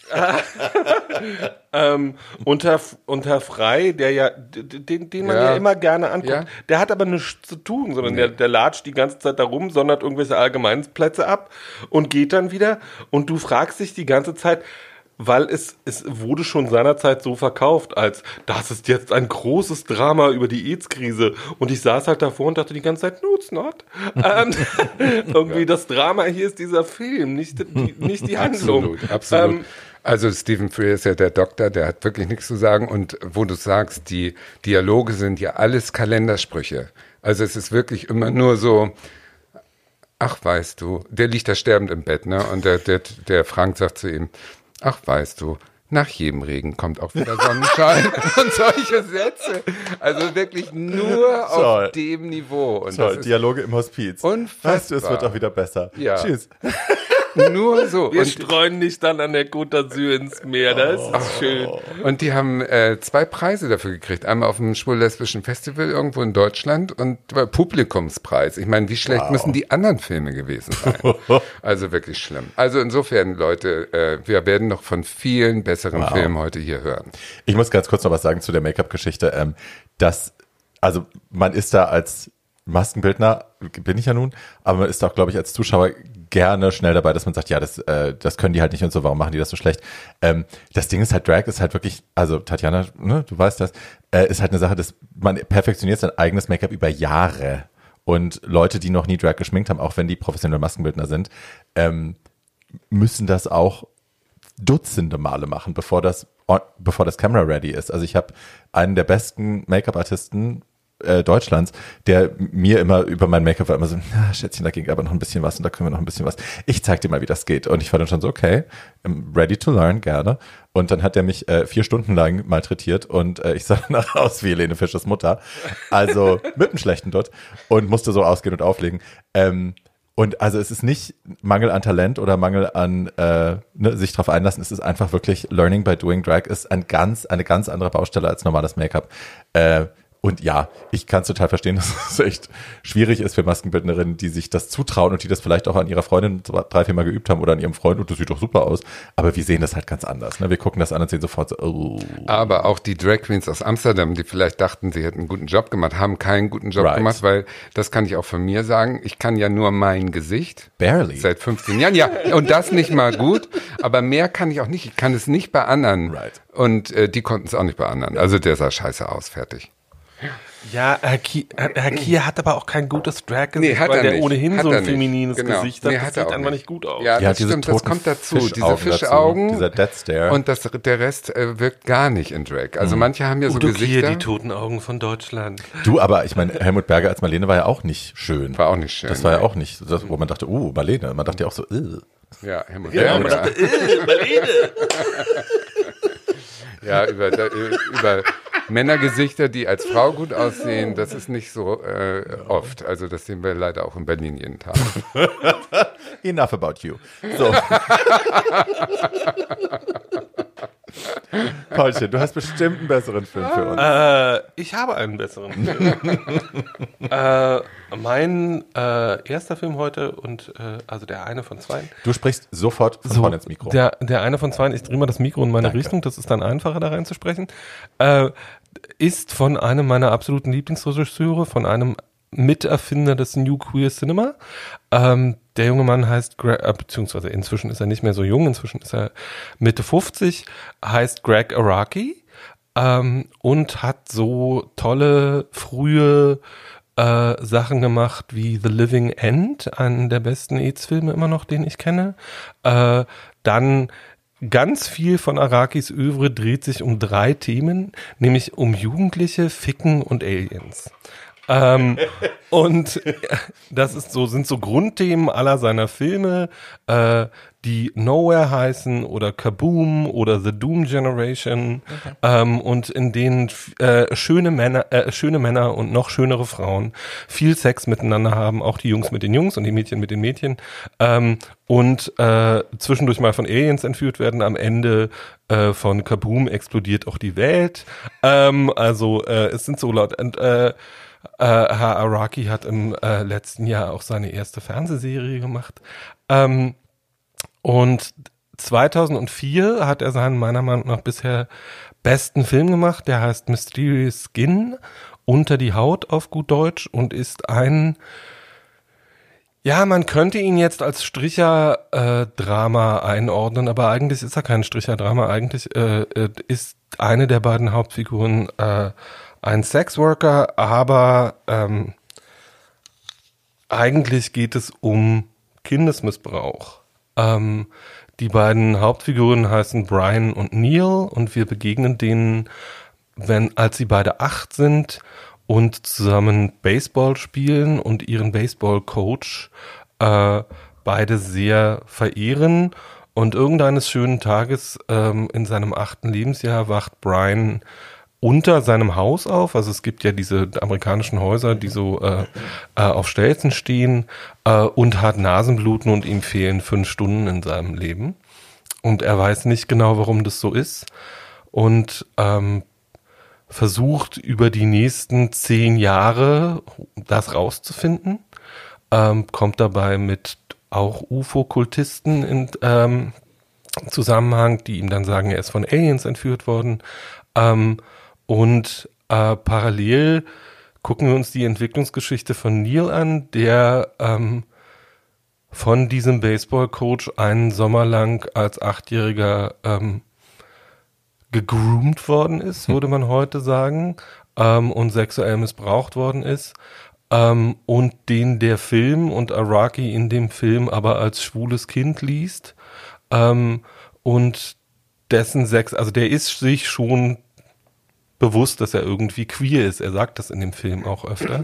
Speaker 3: Und Herr Frey, der den man ja immer gerne anguckt, der hat aber nichts zu tun, sondern der latscht die ganze Zeit da rum, sondert irgendwelche Allgemeinplätze ab und geht dann wieder und du fragst dich die ganze Zeit, weil es wurde schon seinerzeit so verkauft, als das ist jetzt ein großes Drama über die AIDS-Krise. Und ich saß halt davor und dachte die ganze Zeit, no, it's not. Irgendwie das Drama hier ist dieser Film, nicht die Handlung.
Speaker 2: Absolut. Also Stephen Frears ist ja der Doktor, der hat wirklich nichts zu sagen. Und wo du sagst, die Dialoge sind ja alles Kalendersprüche. Also es ist wirklich immer nur so, ach weißt du, der liegt da sterbend im Bett, ne? Und der Frank sagt zu ihm, ach weißt du, nach jedem Regen kommt auch wieder Sonnenschein und solche Sätze. Also wirklich nur auf dem Niveau. Und das ist
Speaker 1: Dialoge im Hospiz.
Speaker 2: Unfassbar.
Speaker 1: Weißt du, es wird auch wieder besser.
Speaker 2: Ja.
Speaker 1: Tschüss.
Speaker 3: Nur so. Wir streuen nicht dann an der Côte d'Azur ins Meer, das ist schön.
Speaker 2: Und die haben 2 Preise dafür gekriegt. Einmal auf dem Schwul-Lesbischen Festival irgendwo in Deutschland und Publikumspreis. Ich meine, wie schlecht müssen die anderen Filme gewesen sein? Also wirklich schlimm. Also insofern, Leute, wir werden noch von vielen besseren Filmen heute hier hören.
Speaker 1: Ich muss ganz kurz noch was sagen zu der Make-up-Geschichte. Also man ist da als Maskenbildner, bin ich ja nun, aber man ist auch, glaube ich, als Zuschauer gerne schnell dabei, dass man sagt, ja, das können die halt nicht und so, warum machen die das so schlecht? Das Ding ist halt, Drag ist halt wirklich, also Tatjana, ne, du weißt das, ist halt eine Sache, dass man perfektioniert sein eigenes Make-up über Jahre. Und Leute, die noch nie Drag geschminkt haben, auch wenn die professionelle Maskenbildner sind, müssen das auch Dutzende Male machen, bevor das Camera ready ist. Also ich habe einen der besten Make-up-Artisten Deutschlands, der mir immer über mein Make-up war immer so, Schätzchen, da ging aber noch ein bisschen was und da können wir noch ein bisschen was. Ich zeig dir mal, wie das geht. Und ich war dann schon so, okay, I'm ready to learn, gerne. Und dann hat er mich 4 Stunden lang malträtiert und ich sah danach aus wie Helene Fischers Mutter. Also mit einem schlechten Dutt und musste so ausgehen und auflegen. Und also es ist nicht Mangel an Talent oder Mangel an sich drauf einlassen. Es ist einfach wirklich Learning by Doing. Drag ist eine ganz andere Baustelle als normales Make-up. Und ja, ich kann es total verstehen, dass es echt schwierig ist für Maskenbildnerinnen, die sich das zutrauen und die das vielleicht auch an ihrer Freundin 3-4 Mal geübt haben oder an ihrem Freund und das sieht doch super aus. Aber wir sehen das halt ganz anders. Ne? Wir gucken das an und sehen sofort so, oh.
Speaker 2: Aber auch die Drag Queens aus Amsterdam, die vielleicht dachten, sie hätten einen guten Job gemacht, haben keinen guten Job gemacht, weil das kann ich auch von mir sagen. Ich kann ja nur mein Gesicht.
Speaker 1: Barely.
Speaker 2: Seit 15 Jahren. Ja, und das nicht mal gut. Aber mehr kann ich auch nicht. Ich kann es nicht bei anderen.
Speaker 1: Right.
Speaker 2: Und die konnten es auch nicht bei anderen. Also der sah scheiße aus, fertig.
Speaker 3: Ja, Herr Kier hat aber auch kein gutes Drag-Gesicht, weil der ohnehin so ein feminines Gesicht hat. Das sieht einfach nicht gut aus.
Speaker 2: Ja, das stimmt, das kommt dazu. Diese Fischaugen
Speaker 1: dieser Death Stare.
Speaker 2: Und der Rest wirkt gar nicht in Drag. Also manche haben ja so Gesichter.
Speaker 3: Kier, die toten Augen von Deutschland.
Speaker 1: Du, aber ich meine, Helmut Berger als Marlene war ja auch nicht schön.
Speaker 2: War auch nicht schön.
Speaker 1: Das war ja auch nicht, wo man dachte, Marlene. Man dachte ja auch so,
Speaker 2: Ja, Helmut Berger. Ja, man dachte,
Speaker 3: Marlene.
Speaker 2: Ja, über Männergesichter, die als Frau gut aussehen, das ist nicht so oft. Also das sehen wir leider auch in Berlin jeden Tag.
Speaker 1: Enough about you. So. Paulchen, du hast bestimmt einen besseren Film für uns.
Speaker 3: Ich habe einen besseren Film. Mein erster Film heute und also der eine von zwei.
Speaker 1: Du sprichst sofort von vorne ins Mikro.
Speaker 3: Der eine von zwei, ich drehe mal das Mikro in meine Richtung, das ist dann einfacher da reinzusprechen, ist von einem meiner absoluten Lieblingsregisseure, von einem Miterfinder des New Queer Cinema. Der junge Mann heißt, beziehungsweise inzwischen ist er nicht mehr so jung, inzwischen ist er Mitte 50, heißt Greg Araki und hat so tolle, frühe Sachen gemacht wie The Living End, einen der besten AIDS-Filme immer noch, den ich kenne. Dann ganz viel von Arakis Œuvre dreht sich um 3 Themen, nämlich um Jugendliche, Ficken und Aliens. Und das ist so, sind so Grundthemen aller seiner Filme, die Nowhere heißen oder Kaboom oder The Doom Generation, und in denen schöne Männer und noch schönere Frauen viel Sex miteinander haben, auch die Jungs mit den Jungs und die Mädchen mit den Mädchen, und zwischendurch mal von Aliens entführt werden. Am Ende von Kaboom explodiert auch die Welt. Es sind so laut. Herr Araki hat im letzten Jahr auch seine erste Fernsehserie gemacht. Und 2004 hat er seinen meiner Meinung nach bisher besten Film gemacht. Der heißt Mysterious Skin, unter die Haut auf gut Deutsch, und ist man könnte ihn jetzt als Stricher-Drama einordnen, aber eigentlich ist er kein Stricher-Drama. Eigentlich ist eine der beiden Hauptfiguren ein Sexworker, aber eigentlich geht es um Kindesmissbrauch. Die beiden Hauptfiguren heißen Brian und Neil und wir begegnen denen, als sie beide 8 sind und zusammen Baseball spielen und ihren Baseball-Coach beide sehr verehren. Und irgendeines schönen Tages in seinem 8. Lebensjahr wacht Brian unter seinem Haus auf. Also es gibt ja diese amerikanischen Häuser, die so auf Stelzen stehen, und hat Nasenbluten und ihm fehlen 5 Stunden in seinem Leben. Und er weiß nicht genau, warum das so ist. Und versucht über die nächsten 10 Jahre das rauszufinden. Kommt dabei mit auch UFO-Kultisten in Zusammenhang, die ihm dann sagen, er ist von Aliens entführt worden. Und parallel gucken wir uns die Entwicklungsgeschichte von Neil an, der von diesem Baseball-Coach einen Sommer lang als 8-Jähriger gegroomt worden ist, würde man heute sagen, und sexuell missbraucht worden ist, und den der Film und Araki in dem Film aber als schwules Kind liest, und dessen der ist sich schon bewusst, dass er irgendwie queer ist. Er sagt das in dem Film auch öfter.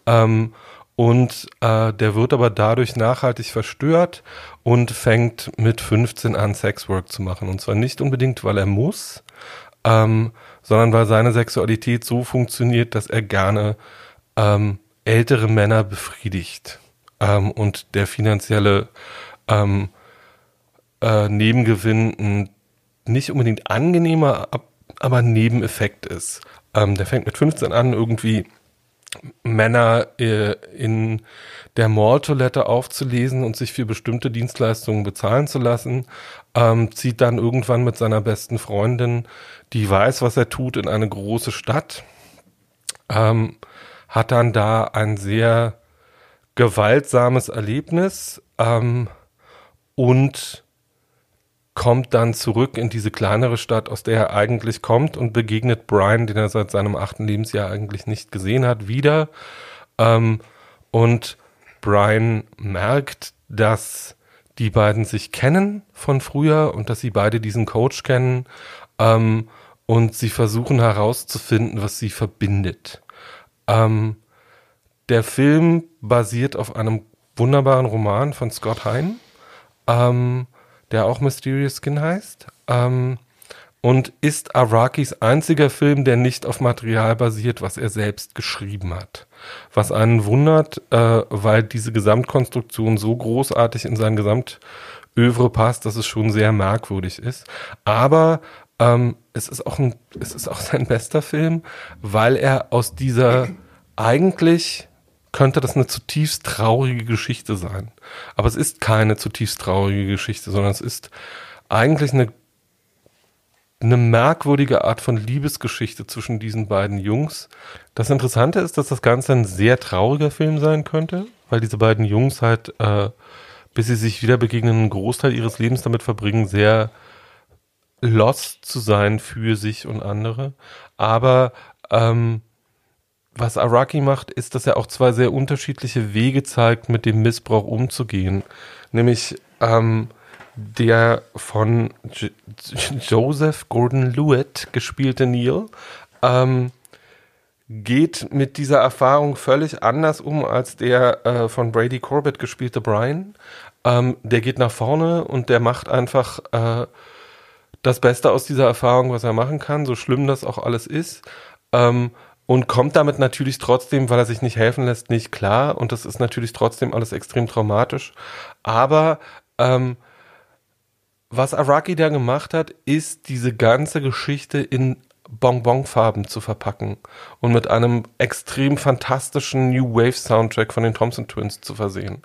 Speaker 3: Der wird aber dadurch nachhaltig verstört und fängt mit 15 an, Sexwork zu machen. Und zwar nicht unbedingt, weil er muss, sondern weil seine Sexualität so funktioniert, dass er gerne ältere Männer befriedigt. Und der finanzielle Nebengewinn ein nicht unbedingt angenehmer, aber Nebeneffekt ist. Der fängt mit 15 an, irgendwie Männer in der Mall-Toilette aufzulesen und sich für bestimmte Dienstleistungen bezahlen zu lassen, zieht dann irgendwann mit seiner besten Freundin, die weiß, was er tut, in eine große Stadt, hat dann da ein sehr gewaltsames Erlebnis und kommt dann zurück in diese kleinere Stadt, aus der er eigentlich kommt, und begegnet Brian, den er seit seinem 8. Lebensjahr eigentlich nicht gesehen hat, wieder. Und Brian merkt, dass die beiden sich kennen von früher und dass sie beide diesen Coach kennen, und sie versuchen herauszufinden, was sie verbindet. Der Film basiert auf einem wunderbaren Roman von Scott Hine, der auch Mysterious Skin heißt, und ist Arakis einziger Film, der nicht auf Material basiert, was er selbst geschrieben hat. Was einen wundert, weil diese Gesamtkonstruktion so großartig in sein Gesamtœuvre passt, dass es schon sehr merkwürdig ist. Aber es ist auch sein bester Film, weil er aus dieser, eigentlich könnte das eine zutiefst traurige Geschichte sein. Aber es ist keine zutiefst traurige Geschichte, sondern es ist eigentlich eine merkwürdige Art von Liebesgeschichte zwischen diesen beiden Jungs. Das Interessante ist, dass das Ganze ein sehr trauriger Film sein könnte, weil diese beiden Jungs halt, bis sie sich wieder begegnen, einen Großteil ihres Lebens damit verbringen, sehr lost zu sein für sich und andere. Aber was Araki macht, ist, dass er auch zwei sehr unterschiedliche Wege zeigt, mit dem Missbrauch umzugehen. Nämlich der von Joseph Gordon-Levitt gespielte Neil geht mit dieser Erfahrung völlig anders um als der von Brady Corbett gespielte Brian. Der geht nach vorne und der macht einfach das Beste aus dieser Erfahrung, was er machen kann, so schlimm das auch alles ist. Und kommt damit natürlich trotzdem, weil er sich nicht helfen lässt, nicht klar. Und das ist natürlich trotzdem alles extrem traumatisch. Aber was Araki da gemacht hat, ist diese ganze Geschichte in Bonbonfarben zu verpacken und mit einem extrem fantastischen New Wave Soundtrack von den Thompson Twins zu versehen.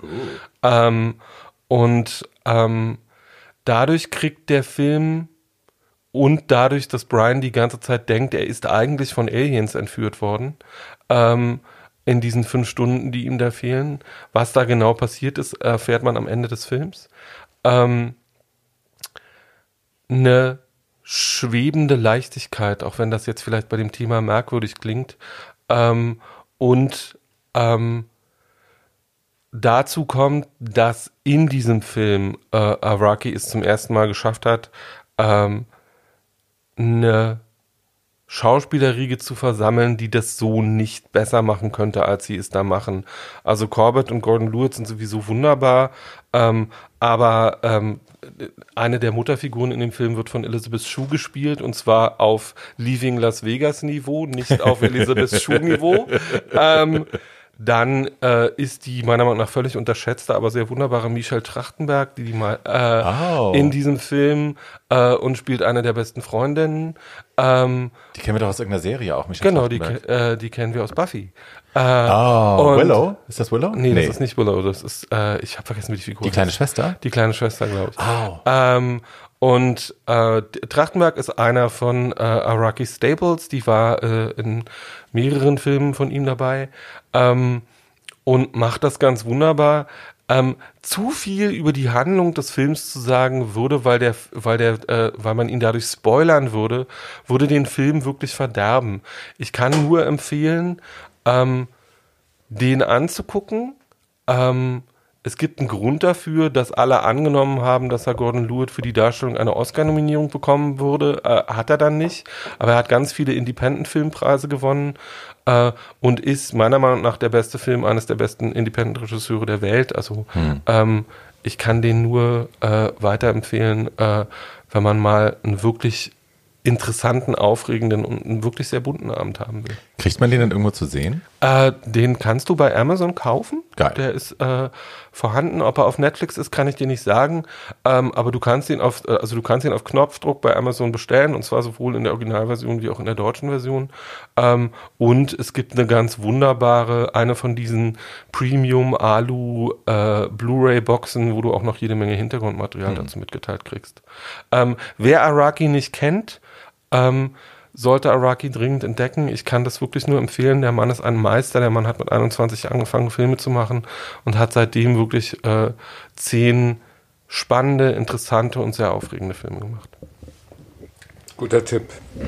Speaker 3: Dadurch kriegt der Film und dadurch, dass Brian die ganze Zeit denkt, er ist eigentlich von Aliens entführt worden, in diesen 5 Stunden, die ihm da fehlen. Was da genau passiert ist, erfährt man am Ende des Films. Eine schwebende Leichtigkeit, auch wenn das jetzt vielleicht bei dem Thema merkwürdig klingt. Dazu kommt, dass in diesem Film Araki es zum ersten Mal geschafft hat, eine Schauspielerriege zu versammeln, die das so nicht besser machen könnte, als sie es da machen. Also Corbett und Gordon-Levitt sind sowieso wunderbar, aber eine der Mutterfiguren in dem Film wird von Elizabeth Shue gespielt, und zwar auf Leaving Las Vegas Niveau, nicht auf Elizabeth Shue Niveau. Dann ist die meiner Meinung nach völlig unterschätzte, aber sehr wunderbare Michelle Trachtenberg, die mal in diesem Film und spielt eine der besten Freundinnen.
Speaker 1: Die kennen wir doch aus irgendeiner Serie auch, Michelle Trachtenberg.
Speaker 3: Genau, die kennen wir aus Buffy.
Speaker 1: Willow? Ist das Willow?
Speaker 3: Nee, das ist nicht Willow. Das ist, ich habe vergessen, wie die Figur
Speaker 1: Die kleine Schwester?
Speaker 3: Die kleine Schwester, glaube ich. Trachtenberg ist einer von Araki Staples, die war in mehreren Filmen von ihm dabei und macht das ganz wunderbar. Zu viel über die Handlung des Films zu sagen würde, weil man ihn dadurch spoilern würde den Film wirklich verderben. Ich kann nur empfehlen, den anzugucken. Es gibt einen Grund dafür, dass alle angenommen haben, dass Herr Gordon-Levitt für die Darstellung eine Oscar-Nominierung bekommen würde. Hat er dann nicht, aber er hat ganz viele Independent-Filmpreise gewonnen und ist meiner Meinung nach der beste Film eines der besten Independent-Regisseure der Welt. Also ich kann den nur weiterempfehlen, wenn man mal einen wirklich interessanten, aufregenden und einen wirklich sehr bunten Abend haben will.
Speaker 1: Kriegt man den dann irgendwo zu sehen?
Speaker 3: Den kannst du bei Amazon kaufen.
Speaker 1: Geil.
Speaker 3: Der ist vorhanden. Ob er auf Netflix ist, kann ich dir nicht sagen. Aber du kannst ihn auf Knopfdruck bei Amazon bestellen, und zwar sowohl in der Originalversion wie auch in der deutschen Version. Und es gibt eine ganz wunderbare, eine von diesen Premium Alu Blu-ray-Boxen, wo du auch noch jede Menge Hintergrundmaterial dazu mitgeteilt kriegst. Wer Araki nicht kennt, sollte Araki dringend entdecken. Ich kann das wirklich nur empfehlen. Der Mann ist ein Meister. Der Mann hat mit 21 angefangen, Filme zu machen und hat seitdem wirklich 10 spannende, interessante und sehr aufregende Filme gemacht.
Speaker 2: Guter Tipp.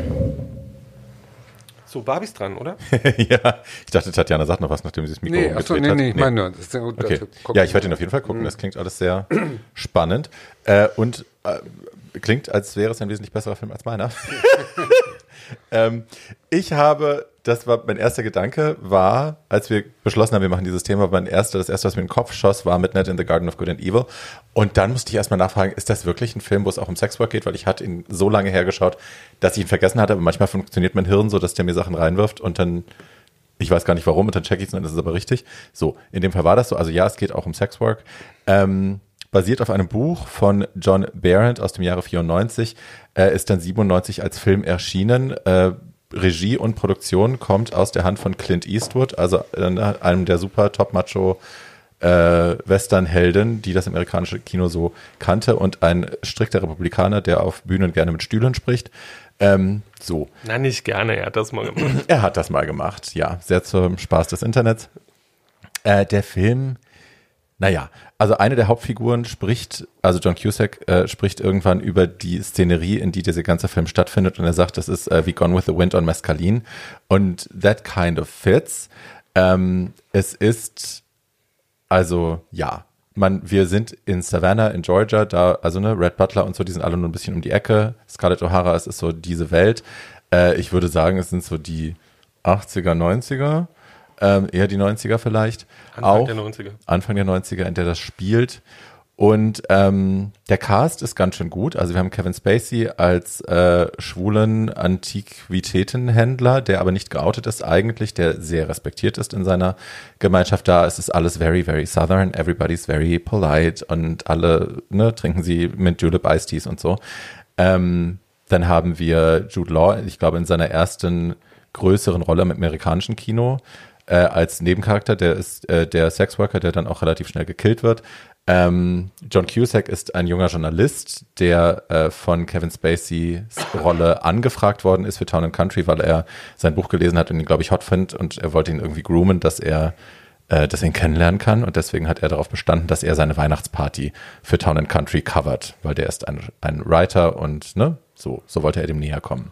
Speaker 3: So, Barbies dran, oder?
Speaker 1: Ja, ich dachte, Tatjana sagt noch was, nachdem sie das Mikro umgedreht hat.
Speaker 2: Ich meine nur, das ist ein guter Tipp.
Speaker 1: Ja, ich werde ihn auf jeden Fall gucken. Das klingt alles sehr spannend und klingt, als wäre es ein wesentlich besserer Film als meiner. Das war mein erster Gedanke, war, als wir beschlossen haben, wir machen dieses Thema, das erste, was mir in den Kopf schoss, war Midnight in the Garden of Good and Evil. Und dann musste ich erstmal nachfragen, ist das wirklich ein Film, wo es auch um Sexwork geht? Weil ich hatte ihn so lange hergeschaut, dass ich ihn vergessen hatte, aber manchmal funktioniert mein Hirn so, dass der mir Sachen reinwirft und dann, ich weiß gar nicht warum, und dann checke ich es und dann ist es aber richtig. So, in dem Fall war das so. Also ja, es geht auch um Sexwork. basiert auf einem Buch von John Berendt aus dem Jahre 94, ist dann 97 als Film erschienen. Regie und Produktion kommt aus der Hand von Clint Eastwood, also einem der super Top-Macho Western-Helden, die das amerikanische Kino so kannte, und ein strikter Republikaner, der auf Bühnen gerne mit Stühlen spricht. So.
Speaker 3: Nein, nicht gerne, er hat das mal gemacht.
Speaker 1: Er hat das mal gemacht, ja, sehr zum Spaß des Internets. Der Film, naja, also eine der Hauptfiguren spricht, also John Cusack spricht irgendwann über die Szenerie, in die dieser ganze Film stattfindet, und er sagt, das ist wie Gone with the Wind on Mescalin, und that kind of fits. Es ist, also ja, wir sind in Savannah in Georgia, da, also Red Butler und so, die sind alle nur ein bisschen um die Ecke. Scarlett O'Hara, es ist so diese Welt. Ich würde sagen, es sind so die 80er, 90er, eher die 90er vielleicht. Anfang der 90er, in der das spielt. Und der Cast ist ganz schön gut. Also wir haben Kevin Spacey als schwulen Antiquitätenhändler, der aber nicht geoutet ist eigentlich, der sehr respektiert ist in seiner Gemeinschaft da. Es ist alles very, very southern. Everybody's very polite und alle trinken sie Mint Julep Iced Teas und so. Dann haben wir Jude Law, ich glaube in seiner ersten größeren Rolle im amerikanischen Kino, als Nebencharakter, der ist der Sexworker, der dann auch relativ schnell gekillt wird. John Cusack ist ein junger Journalist, der von Kevin Spaceys Rolle angefragt worden ist für Town & Country, weil er sein Buch gelesen hat und ihn, glaube ich, hot findet, und er wollte ihn irgendwie groomen, dass er ihn kennenlernen kann, und deswegen hat er darauf bestanden, dass er seine Weihnachtsparty für Town & Country covert, weil der ist ein Writer und so wollte er dem näher kommen.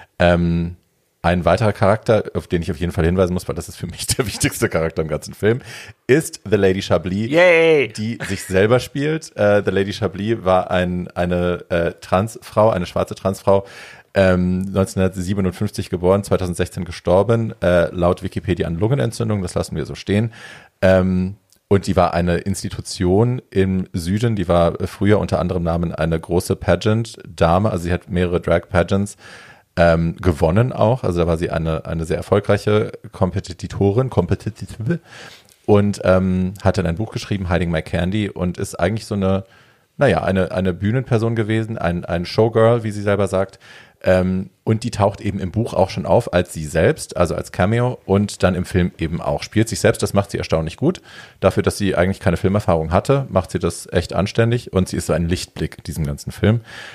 Speaker 1: Ein weiterer Charakter, auf den ich auf jeden Fall hinweisen muss, weil das ist für mich der wichtigste Charakter im ganzen Film, ist The Lady Chablis, die sich selber spielt. The Lady Chablis war eine Transfrau, eine schwarze Transfrau, 1957 geboren, 2016 gestorben, laut Wikipedia an Lungenentzündung, das lassen wir so stehen. Und die war eine Institution im Süden, die war früher unter anderem Namen eine große Pageant-Dame, also sie hat mehrere Drag-Pageants gewonnen auch, also da war sie eine sehr erfolgreiche Kompetitive und hat dann ein Buch geschrieben, Hiding My Candy, und ist eigentlich so eine Bühnenperson gewesen, ein Showgirl, wie sie selber sagt, und die taucht eben im Buch auch schon auf als sie selbst, also als Cameo, und dann im Film eben auch. Spielt sich selbst, das macht sie erstaunlich gut. Dafür, dass sie eigentlich keine Filmerfahrung hatte, macht sie das echt anständig, und sie ist so ein Lichtblick in diesem ganzen Film.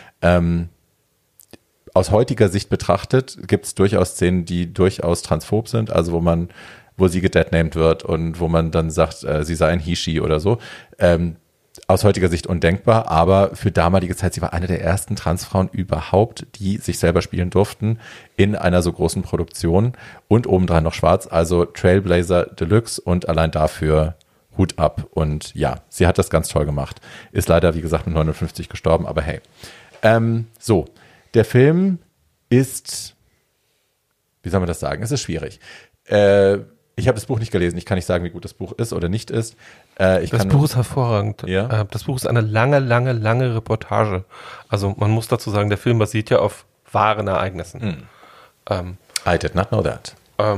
Speaker 1: Aus heutiger Sicht betrachtet gibt es durchaus Szenen, die durchaus transphob sind, also wo sie gedeadnamed wird und wo man dann sagt, sie sei ein He-She oder so. Aus heutiger Sicht undenkbar, aber für damalige Zeit, sie war eine der ersten Transfrauen überhaupt, die sich selber spielen durften in einer so großen Produktion und obendrein noch schwarz, also Trailblazer Deluxe, und allein dafür Hut ab. Und ja, sie hat das ganz toll gemacht. Ist leider, wie gesagt, mit 59 gestorben, aber hey. Der Film ist, wie soll man das sagen? Es ist schwierig. Ich habe das Buch nicht gelesen. Ich kann nicht sagen, wie gut das Buch ist oder nicht ist.
Speaker 3: Das Buch ist hervorragend.
Speaker 1: Ja?
Speaker 3: Das Buch ist eine lange Reportage. Also man muss dazu sagen, der Film basiert ja auf wahren Ereignissen.
Speaker 1: I did not know that.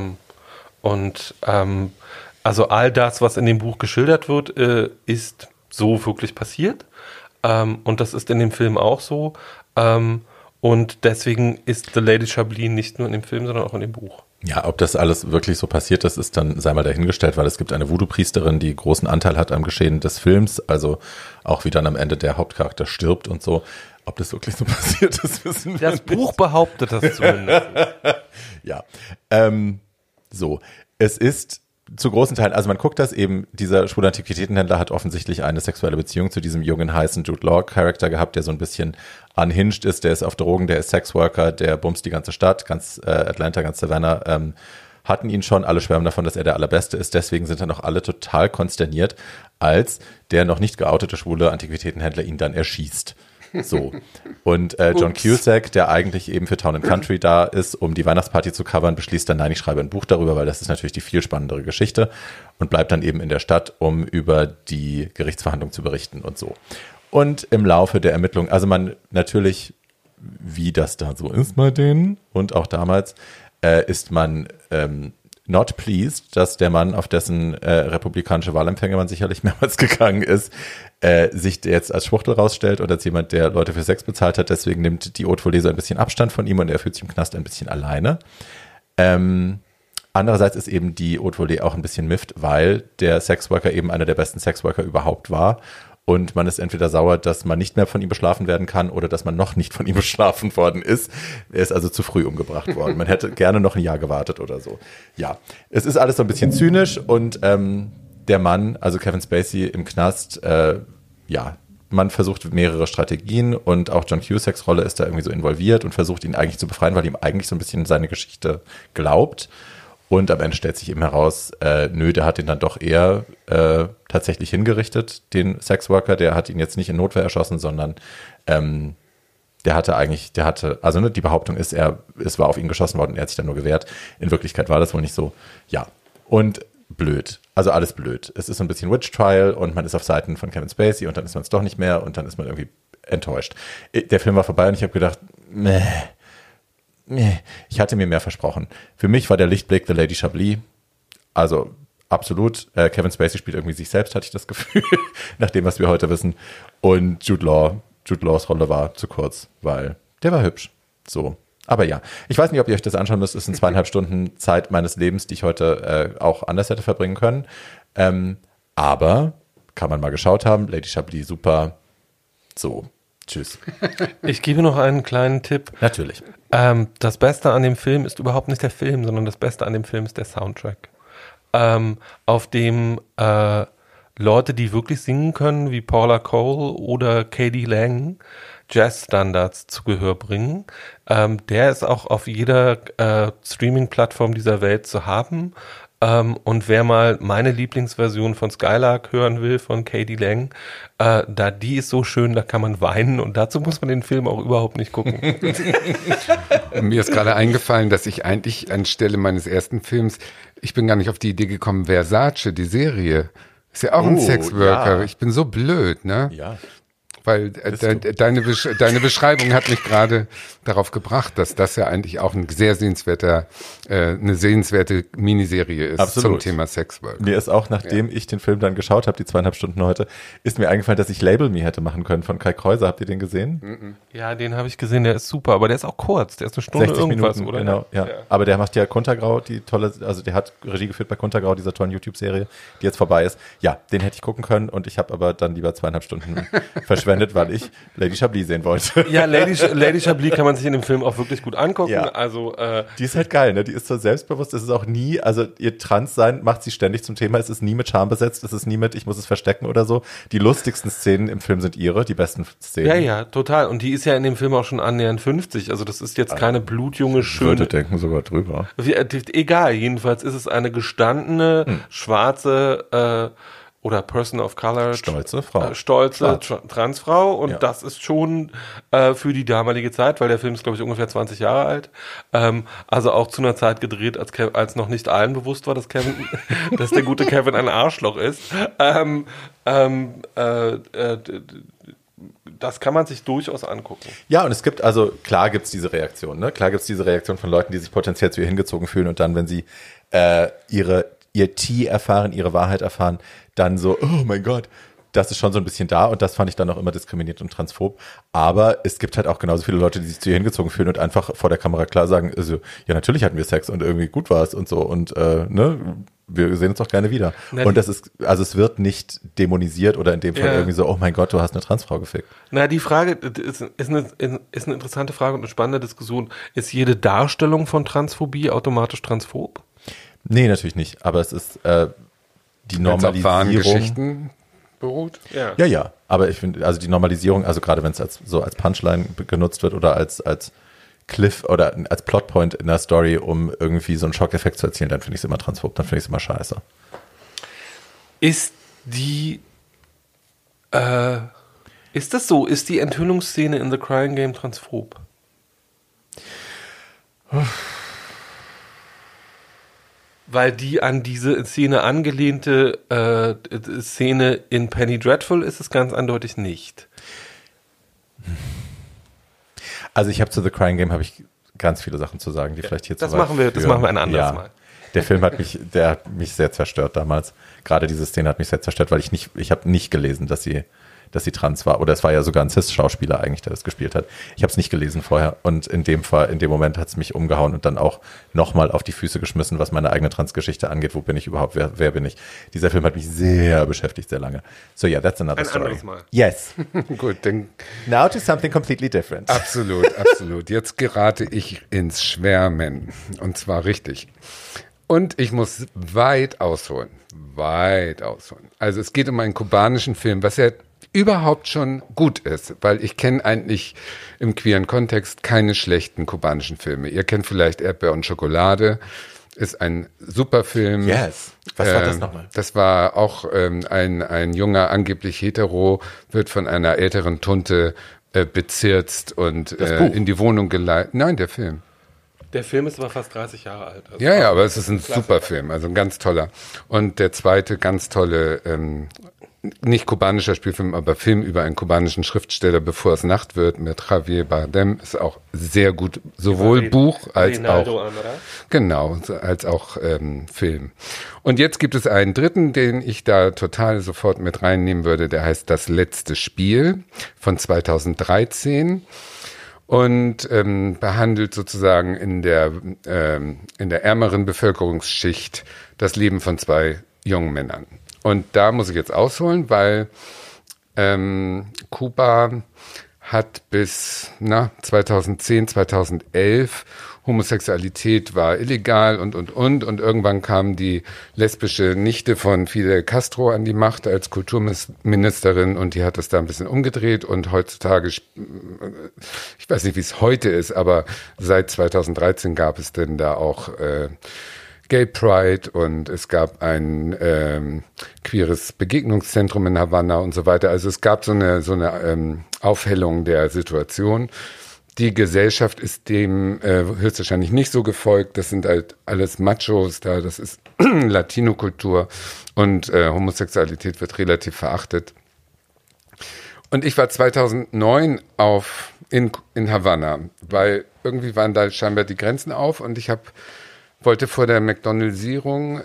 Speaker 3: Also all das, was in dem Buch geschildert wird, ist so wirklich passiert. Und das ist in dem Film auch so. Und deswegen ist The Lady Chablis nicht nur in dem Film, sondern auch in dem Buch.
Speaker 1: Ja, ob das alles wirklich so passiert ist dann sei mal dahingestellt, weil es gibt eine Voodoo-Priesterin, die großen Anteil hat am Geschehen des Films, also auch wie dann am Ende der Hauptcharakter stirbt und so. Ob das wirklich so passiert ist, wissen wir
Speaker 3: nicht. Das Buch behauptet das zumindest.
Speaker 1: Ja, es ist zu großen Teilen, also man guckt das eben, dieser schwule Antiquitätenhändler hat offensichtlich eine sexuelle Beziehung zu diesem jungen, heißen Jude Law-Charakter gehabt, der so ein bisschen unhinged ist, der ist auf Drogen, der ist Sexworker, der bumst die ganze Stadt, ganz Atlanta, ganz Savannah, hatten ihn schon, alle schwärmen davon, dass er der Allerbeste ist, deswegen sind dann auch alle total konsterniert, als der noch nicht geoutete schwule Antiquitätenhändler ihn dann erschießt. So. Und John Cusack, der eigentlich eben für Town & Country da ist, um die Weihnachtsparty zu covern, beschließt dann, nein, ich schreibe ein Buch darüber, weil das ist natürlich die viel spannendere Geschichte, und bleibt dann eben in der Stadt, um über die Gerichtsverhandlung zu berichten und so. Und im Laufe der Ermittlungen, also man natürlich, wie das da so ist bei denen und auch damals, ist man not pleased, dass der Mann, auf dessen republikanische Wahlempfänger man sicherlich mehrmals gegangen ist, sich jetzt als Schwuchtel rausstellt oder als jemand, der Leute für Sex bezahlt hat. Deswegen nimmt die Haute Volée so ein bisschen Abstand von ihm und er fühlt sich im Knast ein bisschen alleine. Andererseits ist eben die Haute Volée auch ein bisschen miffed, weil der Sexworker eben einer der besten Sexworker überhaupt war. Und man ist entweder sauer, dass man nicht mehr von ihm beschlafen werden kann oder dass man noch nicht von ihm beschlafen worden ist. Er ist also zu früh umgebracht worden. Man hätte gerne noch ein Jahr gewartet oder so. Ja, es ist alles so ein bisschen zynisch und der Mann, also Kevin Spacey im Knast, man versucht mehrere Strategien und auch John Cusacks Rolle ist da irgendwie so involviert und versucht ihn eigentlich zu befreien, weil ihm eigentlich so ein bisschen seine Geschichte glaubt. Und am Ende stellt sich eben heraus, der hat ihn dann doch eher tatsächlich hingerichtet, den Sexworker. Der hat ihn jetzt nicht in Notwehr erschossen, sondern die Behauptung ist, es war auf ihn geschossen worden, er hat sich dann nur gewehrt. In Wirklichkeit war das wohl nicht so. Ja, und blöd. Also alles blöd. Es ist so ein bisschen Witch Trial und man ist auf Seiten von Kevin Spacey und dann ist man es doch nicht mehr und dann ist man irgendwie enttäuscht. Der Film war vorbei und ich habe gedacht, ich hatte mir mehr versprochen. Für mich war der Lichtblick The Lady Chablis. Also absolut. Kevin Spacey spielt irgendwie sich selbst, hatte ich das Gefühl, nach dem, was wir heute wissen. Und Jude Laws Rolle war zu kurz, weil der war hübsch. So. Aber ja, ich weiß nicht, ob ihr euch das anschauen müsst. Es sind 2,5 Stunden Zeit meines Lebens, die ich heute auch anders hätte verbringen können. Aber kann man mal geschaut haben. Lady Chablis, super. So. Tschüss.
Speaker 3: Ich gebe noch einen kleinen Tipp.
Speaker 1: Natürlich.
Speaker 3: Das Beste an dem Film ist überhaupt nicht der Film, sondern das Beste an dem Film ist der Soundtrack. Auf dem Leute, die wirklich singen können, wie Paula Cole oder K.D. Lang, Jazzstandards zu Gehör bringen. Der ist auch auf jeder Streaming-Plattform dieser Welt zu haben. Und wer mal meine Lieblingsversion von Skylark hören will, von K.D. Lang, die ist so schön, da kann man weinen und dazu muss man den Film auch überhaupt nicht gucken.
Speaker 2: Mir ist gerade eingefallen, dass ich eigentlich anstelle meines ersten Films, ich bin gar nicht auf die Idee gekommen, Versace, die Serie, ist ja auch ein Sexworker. Ja. Ich bin so blöd, ne?
Speaker 1: Ja.
Speaker 2: Weil deine Beschreibung hat mich gerade darauf gebracht, dass das ja eigentlich auch eine sehenswerte Miniserie ist.
Speaker 1: Absolut.
Speaker 2: Zum Thema Sexwork.
Speaker 1: Mir ist auch, nachdem ich den Film dann geschaut habe, die 2,5 Stunden heute, ist mir eingefallen, dass ich Label Me hätte machen können von Kai Kreuser. Habt ihr den gesehen?
Speaker 3: Ja, den habe ich gesehen, der ist super, aber der ist auch kurz, der ist eine Stunde
Speaker 1: 60
Speaker 3: irgendwas,
Speaker 1: Minuten,
Speaker 3: oder?
Speaker 1: Genau, ja. Aber der macht ja Kuntergrau, die tolle, also der hat Regie geführt bei Kuntergrau, dieser tollen YouTube-Serie, die jetzt vorbei ist. Ja, den hätte ich gucken können und ich habe aber dann lieber 2,5 Stunden verschwendet, weil ich Lady Chablis sehen wollte.
Speaker 3: Ja, Lady Chablis kann man sich in dem Film auch wirklich gut angucken.
Speaker 1: Ja.
Speaker 3: Also,
Speaker 1: die ist halt geil, ne? Die ist so selbstbewusst. Es ist auch nie, also ihr Transsein macht sie ständig zum Thema. Es ist nie mit Scham besetzt. Es ist nie mit, ich muss es verstecken oder so. Die lustigsten Szenen im Film sind ihre, die besten Szenen.
Speaker 3: Ja, total. Und die ist ja in dem Film auch schon annähernd 50. Also das ist jetzt keine blutjunge, schöne.
Speaker 1: Ich würde denken sogar drüber.
Speaker 3: Egal, jedenfalls ist es eine gestandene, schwarze, oder Person of Color.
Speaker 1: Stolze Frau.
Speaker 3: Transfrau. Und
Speaker 1: Ja.
Speaker 3: das ist schon für die damalige Zeit, weil der Film ist, glaube ich, ungefähr 20 Jahre alt. Also auch zu einer Zeit gedreht, als noch nicht allen bewusst war, dass der gute Kevin ein Arschloch ist. Das kann man sich durchaus angucken.
Speaker 1: Ja, und es gibt, also klar gibt's diese Reaktion, ne? Klar gibt's diese Reaktion von Leuten, die sich potenziell zu ihr hingezogen fühlen und dann, wenn sie ihr Tee erfahren, ihre Wahrheit erfahren, dann so, oh mein Gott, das ist schon so ein bisschen da und das fand ich dann auch immer diskriminiert und transphob. Aber es gibt halt auch genauso viele Leute, die sich zu ihr hingezogen fühlen und einfach vor der Kamera klar sagen, also, ja, natürlich hatten wir Sex und irgendwie gut war es und so und wir sehen uns doch gerne wieder. Und das ist, also es wird nicht dämonisiert oder in dem Fall irgendwie so, oh mein Gott, du hast eine Transfrau gefickt.
Speaker 3: Na, die Frage ist eine interessante Frage und eine spannende Diskussion. Ist jede Darstellung von Transphobie automatisch transphob?
Speaker 1: Nee, natürlich nicht. Aber es ist die
Speaker 2: Wenn's auf wahren
Speaker 1: Normalisierung.
Speaker 2: Geschichten beruht.
Speaker 1: Ja. Aber ich finde, also die Normalisierung, also gerade wenn es als Punchline genutzt wird oder als Cliff oder als Plotpoint in der Story, um irgendwie so einen Schockeffekt zu erzielen, dann finde ich es immer transphob, dann finde ich es immer scheiße.
Speaker 3: Ist das so? Ist die Enthüllungsszene in The Crying Game transphob? Weil die an diese Szene angelehnte Szene in Penny Dreadful ist es ganz eindeutig nicht.
Speaker 1: Also ich habe zu The Crying Game habe ich ganz viele Sachen zu sagen, die vielleicht hier
Speaker 3: das
Speaker 1: zu weit
Speaker 3: machen wir ein anderes Mal.
Speaker 1: Der Film hat mich sehr zerstört damals. Gerade diese Szene hat mich sehr zerstört, weil ich habe nicht gelesen, dass sie trans war. Oder es war ja sogar ein Cis-Schauspieler eigentlich, der das gespielt hat. Ich habe es nicht gelesen vorher. Und in dem Moment hat es mich umgehauen und dann auch nochmal auf die Füße geschmissen, was meine eigene Transgeschichte angeht. Wo bin ich überhaupt? Wer bin ich? Dieser Film hat mich sehr beschäftigt, sehr lange. So yeah, that's another story.
Speaker 3: Anderes Mal.
Speaker 1: Yes.
Speaker 2: Gut, dann
Speaker 1: Now to something completely different.
Speaker 2: absolut. Jetzt gerate ich ins Schwärmen. Und zwar richtig. Und ich muss weit ausholen. Also es geht um einen kubanischen Film, was ja überhaupt schon gut ist, weil ich kenne eigentlich im queeren Kontext keine schlechten kubanischen Filme. Ihr kennt vielleicht Erdbeer und Schokolade, ist ein super Film.
Speaker 1: Yes. Was war das nochmal?
Speaker 2: Das war auch ein junger, angeblich hetero, wird von einer älteren Tunte bezirzt und in die Wohnung geleitet. Nein, der Film.
Speaker 3: Der Film ist aber fast 30 Jahre alt. Also
Speaker 2: Ja, aber es ist ein super Film, also ein ganz toller. Und der zweite ganz tolle, nicht kubanischer Spielfilm, aber Film über einen kubanischen Schriftsteller, bevor es Nacht wird, mit Javier Bardem, ist auch sehr gut, sowohl Buch als auch, genau, als auch Film. Und jetzt gibt es einen dritten, den ich da total sofort mit reinnehmen würde, der heißt Das letzte Spiel von 2013. Und behandelt sozusagen in der ärmeren Bevölkerungsschicht das Leben von zwei jungen Männern. Und da muss ich jetzt ausholen, weil Kuba hat bis 2010, 2011 Homosexualität war illegal und irgendwann kam die lesbische Nichte von Fidel Castro an die Macht als Kulturministerin und die hat das da ein bisschen umgedreht und heutzutage, ich weiß nicht, wie es heute ist, aber seit 2013 gab es denn da auch Gay Pride und es gab ein queeres Begegnungszentrum in Havanna und so weiter. Also es gab so eine Aufhellung der Situation. Die Gesellschaft ist dem höchstwahrscheinlich nicht so gefolgt. Das sind halt alles Machos da, das ist Latino-Kultur und Homosexualität wird relativ verachtet. Und ich war 2009 in Havanna, weil irgendwie waren da scheinbar die Grenzen auf und ich wollte vor der McDonald'sierung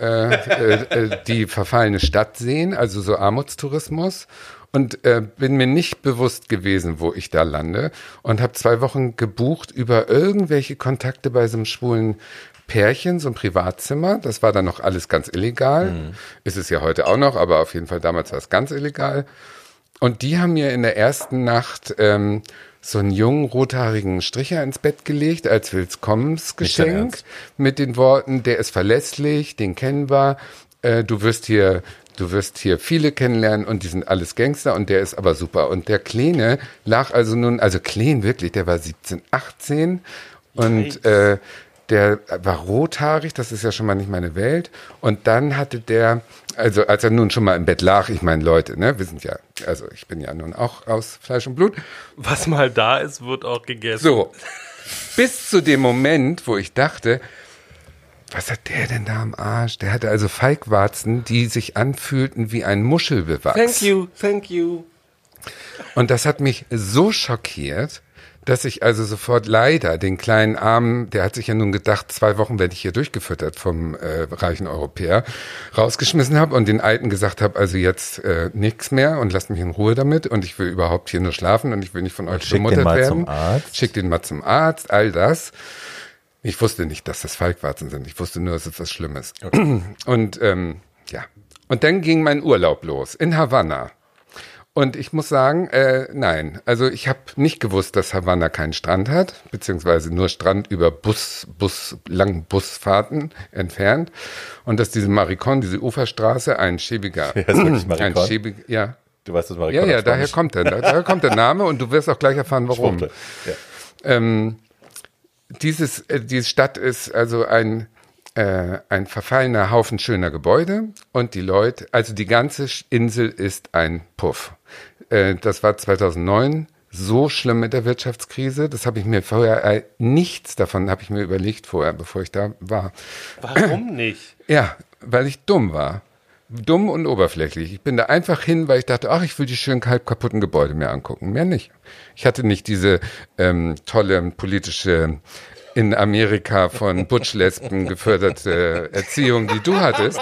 Speaker 2: die verfallene Stadt sehen, also so Armutstourismus. Und bin mir nicht bewusst gewesen, wo ich da lande und habe 2 Wochen gebucht über irgendwelche Kontakte bei so einem schwulen Pärchen, so ein Privatzimmer. Das war dann noch alles ganz illegal. Ist es ja heute auch noch, aber auf jeden Fall damals war es ganz illegal. Und die haben mir in der ersten Nacht so einen jungen, rothaarigen Stricher ins Bett gelegt als Willkommensgeschenk mit den Worten, der ist verlässlich, den kennen wir, du wirst hier viele kennenlernen und die sind alles Gangster und der ist aber super. Und der Kleine lag also Klein wirklich, der war 17, 18 und der war rothaarig, das ist ja schon mal nicht meine Welt. Und dann hatte der, also als er nun schon mal im Bett lag, ich meine Leute, ne, wir sind ja, also ich bin ja nun auch aus Fleisch und Blut.
Speaker 3: Was mal da ist, wird auch gegessen.
Speaker 2: So, bis zu dem Moment, wo ich dachte, was hat der denn da am Arsch? Der hatte also Feigwarzen, die sich anfühlten wie ein Muschelbewachs.
Speaker 3: Thank you.
Speaker 2: Und das hat mich so schockiert, dass ich also sofort leider den kleinen Armen, der hat sich ja nun gedacht, 2 Wochen werde ich hier durchgefüttert vom reichen Europäer, rausgeschmissen habe und den Alten gesagt habe, also jetzt nichts mehr und lasst mich in Ruhe damit und ich will überhaupt hier nur schlafen und ich will nicht von euch bemuttert werden. Schick den mal zum Arzt, all das. Ich wusste nicht, dass das Feigwarzen sind. Ich wusste nur, es ist was Schlimmes. Okay. Und ja. Und dann ging mein Urlaub los in Havanna. Und ich muss sagen, nein. Also ich habe nicht gewusst, dass Havanna keinen Strand hat, beziehungsweise nur Strand über langen Busfahrten entfernt. Und dass diese Maricón, diese Uferstraße, ein schäbiger...
Speaker 1: Ja, ist wirklich Maricón?
Speaker 2: Ja.
Speaker 1: Du weißt, was Maricón ist.
Speaker 2: Ja, daher kommt der Name und du wirst auch gleich erfahren, warum. Ja. Diese Stadt ist also ein verfallener Haufen schöner Gebäude und die Leute, also die ganze Insel ist ein Puff. Das war 2009 so schlimm mit der Wirtschaftskrise, das habe ich mir vorher, nichts davon habe ich mir überlegt vorher, bevor ich da war.
Speaker 3: Warum nicht?
Speaker 2: Ja, weil ich dumm war. Dumm und oberflächlich. Ich bin da einfach hin, weil ich dachte, ach, ich will die schönen halb kaputten Gebäude mir angucken. Mehr nicht. Ich hatte nicht diese tolle politische in Amerika von Butch-Lesben geförderte Erziehung, die du hattest.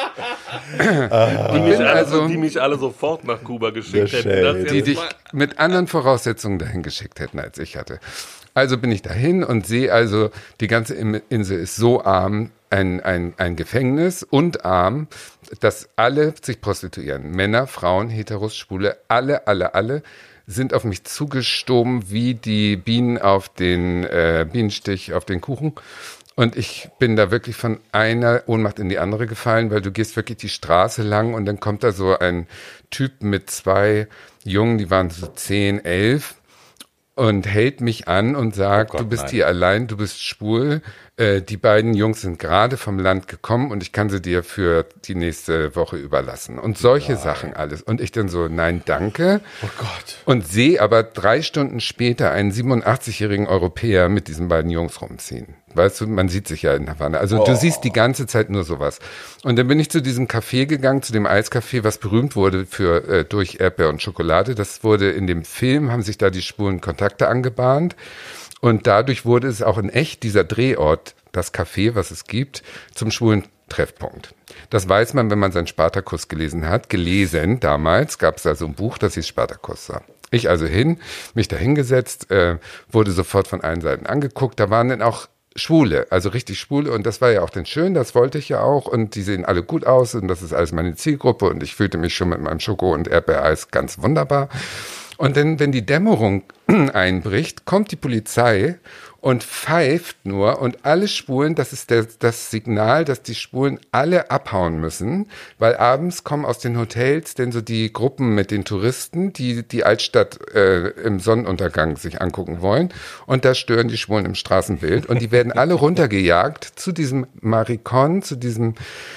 Speaker 3: Die mich alle sofort nach Kuba geschickt hätten.
Speaker 2: Die dich mit anderen Voraussetzungen dahin geschickt hätten, als ich hatte. Also bin ich dahin und sehe also, die ganze Insel ist so arm, ein Gefängnis und arm, dass alle sich prostituieren. Männer, Frauen, Heteros, Schwule, alle sind auf mich zugestoben wie die Bienen auf den Bienenstich auf den Kuchen. Und ich bin da wirklich von einer Ohnmacht in die andere gefallen, weil du gehst wirklich die Straße lang und dann kommt da so ein Typ mit 2 Jungen, die waren so 10, 11 und hält mich an und sagt, du bist hier allein, du bist schwul. Die beiden Jungs sind gerade vom Land gekommen und ich kann sie dir für die nächste Woche überlassen. Und solche Sachen alles. Und ich dann so, nein, danke.
Speaker 1: Oh Gott.
Speaker 2: Und sehe aber 3 Stunden später einen 87-jährigen Europäer mit diesen beiden Jungs rumziehen. Weißt du, man sieht sich ja in Havanna. Also du siehst die ganze Zeit nur sowas. Und dann bin ich zu diesem Café gegangen, zu dem Eiscafé, was berühmt wurde für durch Erdbeer und Schokolade. Das wurde in dem Film, haben sich da die schwulen Kontakte angebahnt. Und dadurch wurde es auch in echt, dieser Drehort, das Café, was es gibt, zum schwulen Treffpunkt. Das weiß man, wenn man seinen Spartakus gelesen hat. Damals gab es da so ein Buch, das hieß Spartakus. Ich also mich da hingesetzt, wurde sofort von allen Seiten angeguckt. Da waren dann auch Schwule, also richtig Schwule. Und das war ja auch dann schön, das wollte ich ja auch. Und die sehen alle gut aus und das ist alles meine Zielgruppe. Und ich fühlte mich schon mit meinem Schoko- und Erdbeereis ganz wunderbar. Und dann, wenn die Dämmerung einbricht, kommt die Polizei und pfeift nur und alle Schwulen, das ist das Signal, dass die Schwulen alle abhauen müssen, weil abends kommen aus den Hotels denn so die Gruppen mit den Touristen, die die Altstadt im Sonnenuntergang sich angucken wollen und da stören die Schwulen im Straßenbild und die werden alle runtergejagt zu diesem Marikon, zu dieser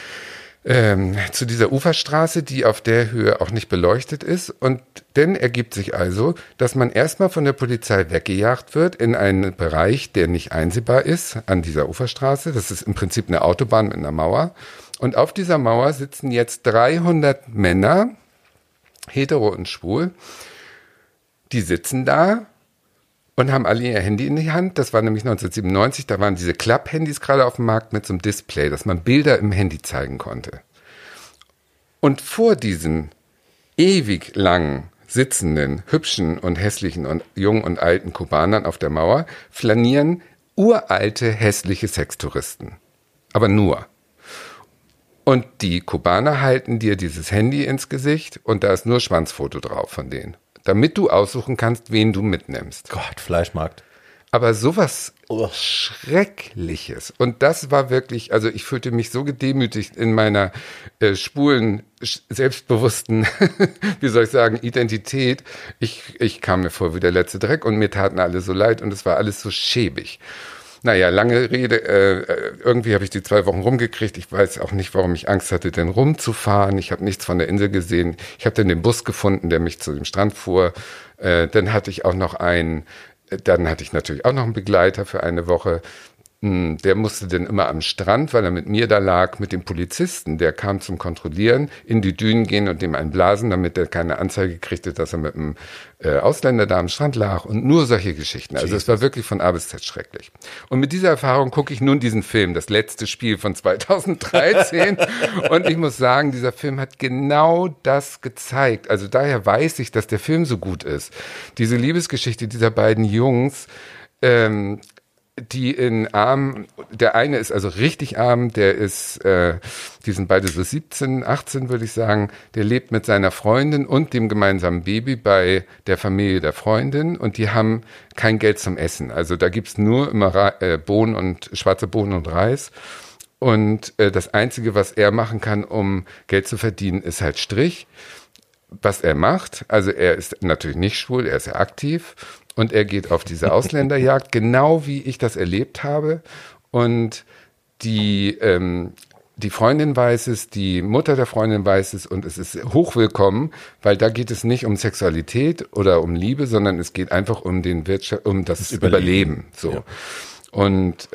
Speaker 2: Uferstraße, die auf der Höhe auch nicht beleuchtet ist. Und dann ergibt sich also, dass man erstmal von der Polizei weggejagt wird in einen Bereich, der nicht einsehbar ist an dieser Uferstraße. Das ist im Prinzip eine Autobahn mit einer Mauer. Und auf dieser Mauer sitzen jetzt 300 Männer, hetero und schwul, die sitzen da und haben alle ihr Handy in die Hand. Das war nämlich 1997, da waren diese Klapp-Handys gerade auf dem Markt mit so einem Display, dass man Bilder im Handy zeigen konnte. Und vor diesen ewig langen, sitzenden, hübschen und hässlichen und jungen und alten Kubanern auf der Mauer flanieren uralte, hässliche Sextouristen. Aber nur. Und die Kubaner halten dir dieses Handy ins Gesicht und da ist nur Schwanzfoto drauf von denen. Damit du aussuchen kannst, wen du mitnimmst.
Speaker 1: Gott, Fleischmarkt.
Speaker 2: Aber sowas Schreckliches. Und das war wirklich, also ich fühlte mich so gedemütigt in meiner schwulen, selbstbewussten, wie soll ich sagen, Identität. Ich kam mir vor wie der letzte Dreck und mir taten alle so leid und es war alles so schäbig. Naja, lange Rede, irgendwie habe ich die 2 Wochen rumgekriegt. Ich weiß auch nicht, warum ich Angst hatte, denn rumzufahren. Ich habe nichts von der Insel gesehen. Ich habe dann den Bus gefunden, der mich zu dem Strand fuhr. Dann hatte ich natürlich auch noch einen Begleiter für eine Woche. Der musste dann immer am Strand, weil er mit mir da lag, mit dem Polizisten, der kam zum Kontrollieren, in die Dünen gehen und dem einen blasen, damit er keine Anzeige kriegte, dass er mit einem Ausländer da am Strand lag und nur solche Geschichten. Also es war wirklich von A bis Z schrecklich. Und mit dieser Erfahrung gucke ich nun diesen Film, das letzte Spiel von 2013 und ich muss sagen, dieser Film hat genau das gezeigt. Also daher weiß ich, dass der Film so gut ist. Diese Liebesgeschichte dieser beiden Jungs, die in arm, der eine ist also richtig arm, die sind beide so 17, 18 würde ich sagen, der lebt mit seiner Freundin und dem gemeinsamen Baby bei der Familie der Freundin und die haben kein Geld zum Essen. Also da gibt's nur immer schwarze Bohnen und Reis. Und das Einzige, was er machen kann, um Geld zu verdienen, ist halt Strich. Was er macht, also er ist natürlich nicht schwul, er ist ja aktiv. Und er geht auf diese Ausländerjagd, genau wie ich das erlebt habe. Und die Freundin weiß es, die Mutter der Freundin weiß es und es ist hochwillkommen, weil da geht es nicht um Sexualität oder um Liebe, sondern es geht einfach um das Überleben. So. Ja. Und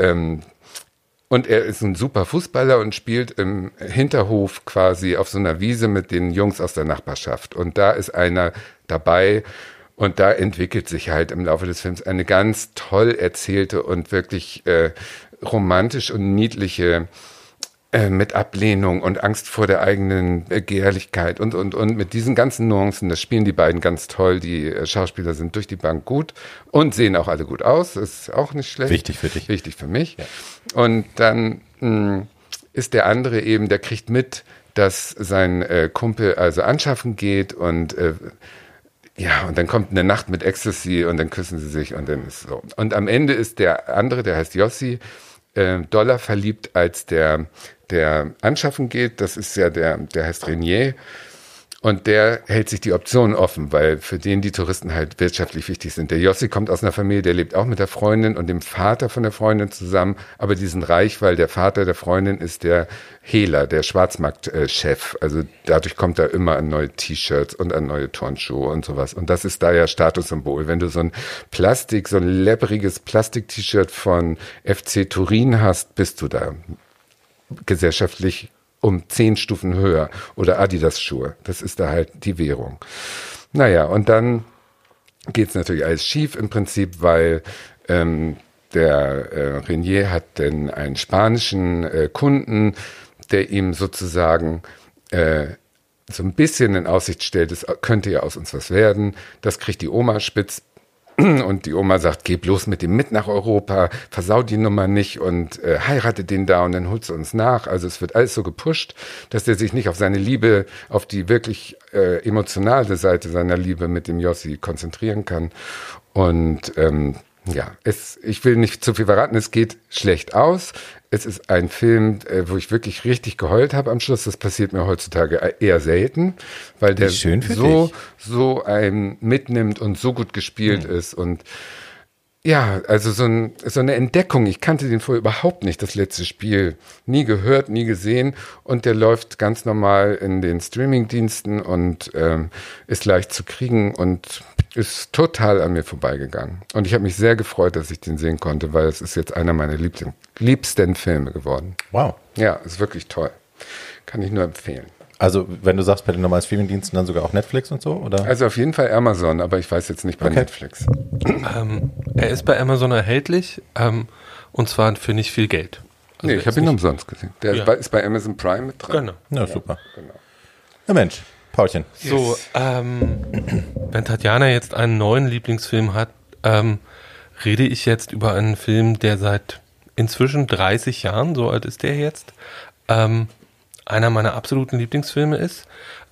Speaker 2: er ist ein super Fußballer und spielt im Hinterhof quasi auf so einer Wiese mit den Jungs aus der Nachbarschaft. Und da ist einer dabei Und da entwickelt sich halt im Laufe des Films eine ganz toll erzählte und wirklich romantisch und niedliche mit Ablehnung und Angst vor der eigenen Begehrlichkeit und mit diesen ganzen Nuancen, das spielen die beiden ganz toll. Die Schauspieler sind durch die Bank gut und sehen auch alle gut aus, ist auch nicht schlecht.
Speaker 1: Wichtig für dich.
Speaker 2: Wichtig für mich. Ja. Und dann ist der andere eben, der kriegt mit, dass sein Kumpel also anschaffen geht und und dann kommt eine Nacht mit Ecstasy und dann küssen sie sich und dann ist so. Und am Ende ist der andere, der heißt Yossi, doller verliebt als der anschaffen geht. Das ist ja der heißt Renier. Und der hält sich die Optionen offen, weil für den die Touristen halt wirtschaftlich wichtig sind. Der Yossi kommt aus einer Familie, der lebt auch mit der Freundin und dem Vater von der Freundin zusammen, aber die sind reich, weil der Vater der Freundin ist der Hehler, der Schwarzmarktchef. Also dadurch kommt da immer an neue T-Shirts und an neue Turnschuhe und sowas. Und das ist da ja Statussymbol. Wenn du so ein lepperiges Plastik-T-Shirt von FC Turin hast, bist du da gesellschaftlich um 10 Stufen höher oder Adidas-Schuhe. Das ist da halt die Währung. Naja, und dann geht's natürlich alles schief im Prinzip, weil der Renier hat denn einen spanischen Kunden, der ihm sozusagen so ein bisschen in Aussicht stellt, es könnte ja aus uns was werden. Das kriegt die Oma spitz. Und die Oma sagt, geh bloß mit dem mit nach Europa, versau die Nummer nicht und heirate den da und dann holst du uns nach. Also es wird alles so gepusht, dass der sich nicht auf seine Liebe, auf die wirklich emotionale Seite seiner Liebe mit dem Yossi konzentrieren kann. Und ich will nicht zu viel verraten, es geht schlecht aus. Es ist ein Film, wo ich wirklich richtig geheult habe am Schluss. Das passiert mir heutzutage eher selten, weil der so einen mitnimmt und so gut gespielt ist. Und ja, also so eine Entdeckung. Ich kannte den vorher überhaupt nicht, das letzte Spiel. Nie gehört, nie gesehen. Und der läuft ganz normal in den Streamingdiensten und ist leicht zu kriegen und ist total an mir vorbeigegangen. Und ich habe mich sehr gefreut, dass ich den sehen konnte, weil es ist jetzt einer meiner liebsten Filme geworden.
Speaker 1: Wow.
Speaker 2: Ja, ist wirklich toll. Kann ich nur empfehlen.
Speaker 1: Also, wenn du sagst, bei den normalen Streamingdiensten dann sogar auch Netflix und so, oder?
Speaker 2: Also auf jeden Fall Amazon, aber ich weiß jetzt nicht bei Netflix.
Speaker 3: Er ist bei Amazon erhältlich, und zwar für nicht viel Geld.
Speaker 2: Also ich habe ihn umsonst gesehen. Der ist bei Amazon Prime mit dran.
Speaker 3: Genau.
Speaker 1: Ja, super. Genau. Na Mensch, Paulchen.
Speaker 3: So, wenn Tatjana jetzt einen neuen Lieblingsfilm hat, rede ich jetzt über einen Film, der seit inzwischen 30 Jahren, so alt ist der jetzt, einer meiner absoluten Lieblingsfilme ist.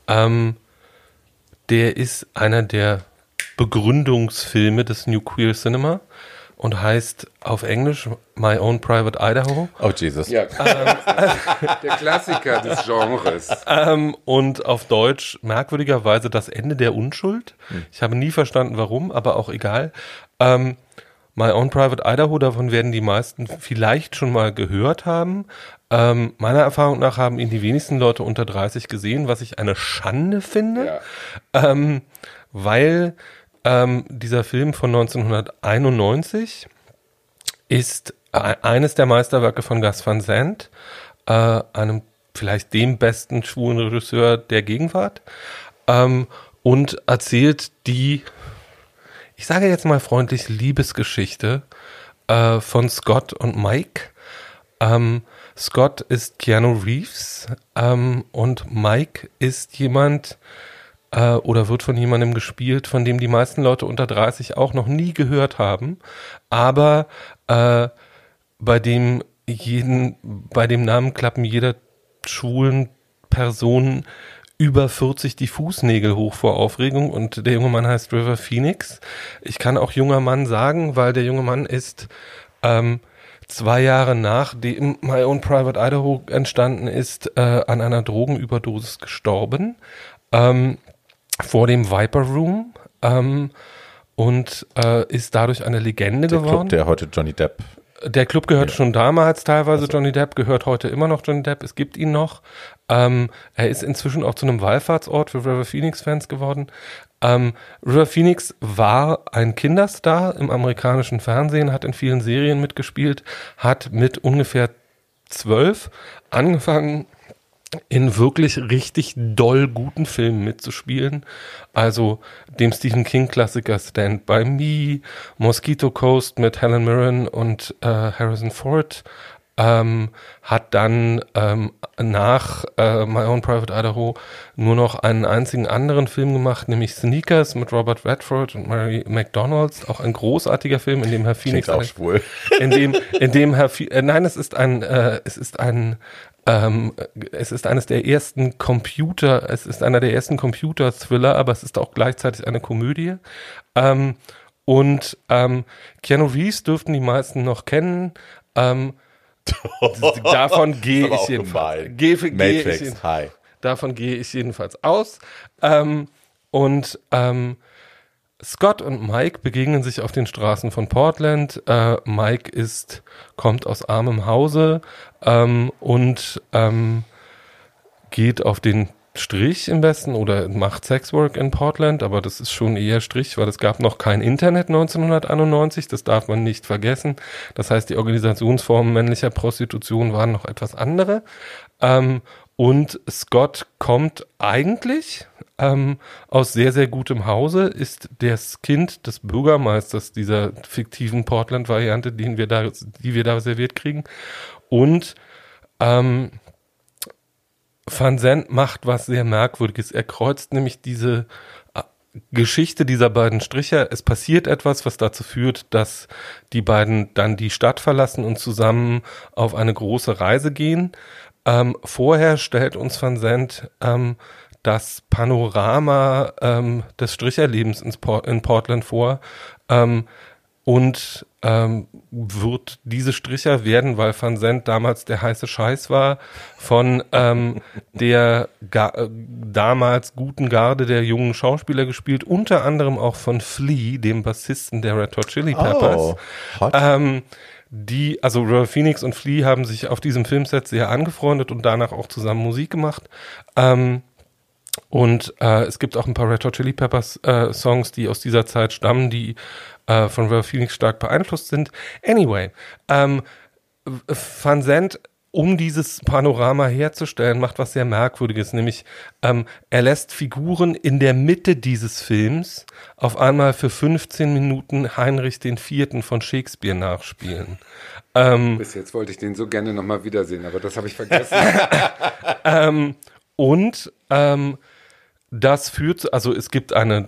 Speaker 3: Der ist einer der Begründungsfilme des New Queer Cinema und heißt auf Englisch My Own Private Idaho.
Speaker 1: Oh Jesus.
Speaker 2: Ja, der Klassiker des Genres.
Speaker 3: Und auf Deutsch merkwürdigerweise Das Ende der Unschuld. Ich habe nie verstanden, warum, aber auch egal. My Own Private Idaho, davon werden die meisten vielleicht schon mal gehört haben. Meiner Erfahrung nach haben ihn die wenigsten Leute unter 30 gesehen, was ich eine Schande finde, weil dieser Film von 1991 ist eines der Meisterwerke von Gus Van Sant, einem vielleicht dem besten schwulen Regisseur der Gegenwart, und erzählt die, ich sage jetzt mal freundlich, Liebesgeschichte von Scott und Mike. Scott ist Keanu Reeves und Mike ist jemand oder wird von jemandem gespielt, von dem die meisten Leute unter 30 auch noch nie gehört haben, aber bei dem Namen klappen jeder schwulen Person über 40 die Fußnägel hoch vor Aufregung und der junge Mann heißt River Phoenix. Ich kann auch junger Mann sagen, weil der junge Mann ist 2 Jahre nachdem My Own Private Idaho entstanden ist, an einer Drogenüberdosis gestorben, vor dem Viper Room, und ist dadurch eine Legende geworden.
Speaker 1: Der Club, der heute Johnny Depp.
Speaker 3: Der Club gehört schon damals teilweise Johnny Depp, gehört heute immer noch Johnny Depp, es gibt ihn noch. Er ist inzwischen auch zu einem Wallfahrtsort für River Phoenix-Fans geworden. River Phoenix war ein Kinderstar im amerikanischen Fernsehen, hat in vielen Serien mitgespielt, hat mit ungefähr 12 angefangen, in wirklich richtig doll guten Filmen mitzuspielen. Also dem Stephen King-Klassiker Stand By Me, Mosquito Coast mit Helen Mirren und Harrison Ford, hat dann nach My Own Private Idaho nur noch einen einzigen anderen Film gemacht, nämlich Sneakers mit Robert Redford und Mary McDonald, auch ein großartiger Film, in dem Herr Phoenix
Speaker 1: Klingt auch schwul.
Speaker 3: in dem Herr nein, es ist eines der ersten Computer-Thriller, aber es ist auch gleichzeitig eine Komödie. Keanu Reeves dürften die meisten noch kennen. Davon gehe ich jedenfalls.
Speaker 1: Matrix, hi.
Speaker 3: Davon gehe ich jedenfalls aus. Scott und Mike begegnen sich auf den Straßen von Portland. Mike kommt aus armem Hause und geht auf den Strich im Westen oder macht Sexwork in Portland, aber das ist schon eher Strich, weil es gab noch kein Internet 1991, das darf man nicht vergessen. Das heißt, die Organisationsformen männlicher Prostitution waren noch etwas andere. Und Scott kommt eigentlich aus sehr, sehr gutem Hause, ist das Kind des Bürgermeisters dieser fiktiven Portland-Variante, die wir da serviert kriegen. Und Van Zandt macht was sehr Merkwürdiges. Er kreuzt nämlich diese Geschichte dieser beiden Stricher. Es passiert etwas, was dazu führt, dass die beiden dann die Stadt verlassen und zusammen auf eine große Reise gehen. Vorher stellt uns Van Zandt das Panorama des Stricherlebens in Portland vor und wird diese Stricher werden, weil Van Zandt damals der heiße Scheiß war, von der damals guten Garde der jungen Schauspieler gespielt, unter anderem auch von Flea, dem Bassisten der Red Hot Chili Peppers.
Speaker 1: Hot.
Speaker 3: Also River Phoenix und Flea haben sich auf diesem Filmset sehr angefreundet und danach auch zusammen Musik gemacht. Es gibt auch ein paar Red Hot Chili Peppers Songs, die aus dieser Zeit stammen, die von River Phoenix stark beeinflusst sind. Anyway, Van Zandt, um dieses Panorama herzustellen, macht was sehr Merkwürdiges, nämlich er lässt Figuren in der Mitte dieses Films auf einmal für 15 Minuten Heinrich IV. Von Shakespeare nachspielen.
Speaker 2: Bis jetzt wollte ich den so gerne nochmal wiedersehen, aber das habe ich vergessen.
Speaker 3: Das führt, also es gibt eine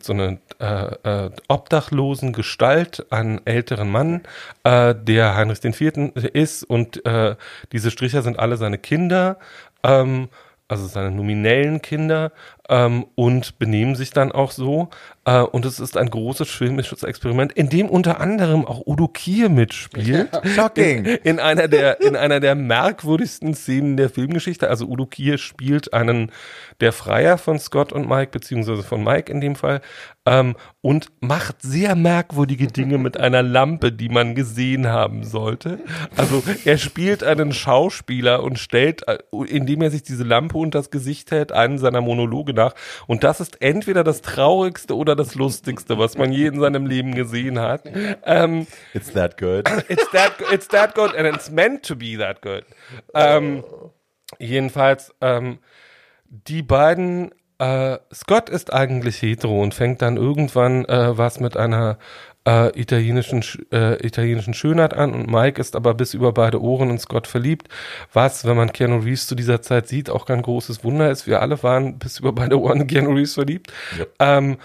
Speaker 3: obdachlosen Gestalt, einen älteren Mann, der Heinrich IV. Ist und diese Stricher sind alle seine Kinder, also seine nominellen Kinder, und benehmen sich dann auch so. Und es ist ein großes filmisches Experiment, in dem unter anderem auch Udo Kier mitspielt.
Speaker 1: Shocking.
Speaker 3: In einer der merkwürdigsten Szenen der Filmgeschichte. Also Udo Kier spielt der Freier von Scott und Mike, beziehungsweise von Mike in dem Fall, und macht sehr merkwürdige Dinge mit einer Lampe, die man gesehen haben sollte. Also er spielt einen Schauspieler und stellt, indem er sich diese Lampe unter das Gesicht hält, einen seiner Monologe nach. Und das ist entweder das Traurigste oder das Lustigste, was man je in seinem Leben gesehen hat.
Speaker 1: It's that good.
Speaker 3: It's that good and it's meant to be that good. Jedenfalls, die beiden, Scott ist eigentlich hetero und fängt dann irgendwann was mit einer italienischen Schönheit an, und Mike ist aber bis über beide Ohren in Scott verliebt, was, wenn man Keanu Reeves zu dieser Zeit sieht, auch kein großes Wunder ist. Wir alle waren bis über beide Ohren in Keanu Reeves verliebt. Yep.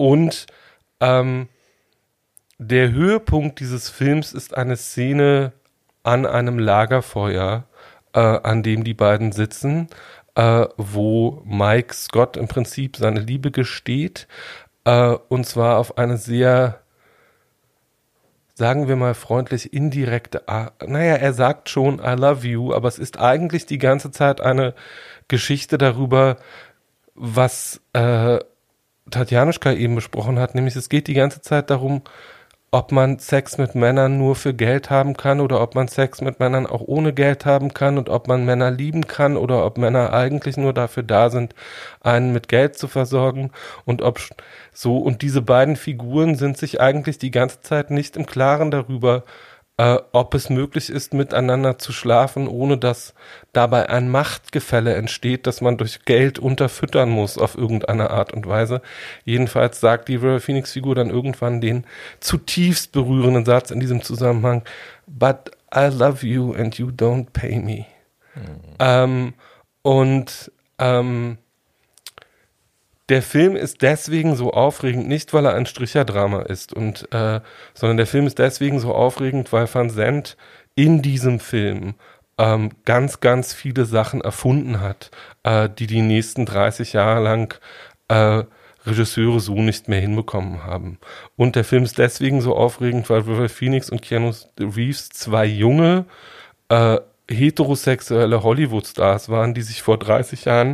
Speaker 3: Der Höhepunkt dieses Films ist eine Szene an einem Lagerfeuer, an dem die beiden sitzen, wo Mike Scott im Prinzip seine Liebe gesteht, und zwar auf eine sehr, sagen wir mal freundlich, indirekte Art. Naja, er sagt schon I love you, aber es ist eigentlich die ganze Zeit eine Geschichte darüber, was Tatjanuschka eben besprochen hat, nämlich es geht die ganze Zeit darum, ob man Sex mit Männern nur für Geld haben kann oder ob man Sex mit Männern auch ohne Geld haben kann und ob man Männer lieben kann oder ob Männer eigentlich nur dafür da sind, einen mit Geld zu versorgen, und und diese beiden Figuren sind sich eigentlich die ganze Zeit nicht im Klaren darüber, ob es möglich ist, miteinander zu schlafen, ohne dass dabei ein Machtgefälle entsteht, das man durch Geld unterfüttern muss auf irgendeine Art und Weise. Jedenfalls sagt die River Phoenix-Figur dann irgendwann den zutiefst berührenden Satz in diesem Zusammenhang: "But I love you and you don't pay me." Der Film ist deswegen so aufregend, nicht weil er ein Stricherdrama ist, sondern der Film ist deswegen so aufregend, weil Van Sant in diesem Film ganz, ganz viele Sachen erfunden hat, die nächsten 30 Jahre lang Regisseure so nicht mehr hinbekommen haben. Und der Film ist deswegen so aufregend, weil River Phoenix und Keanu Reeves zwei junge, heterosexuelle Hollywood-Stars waren, die sich vor 30 Jahren,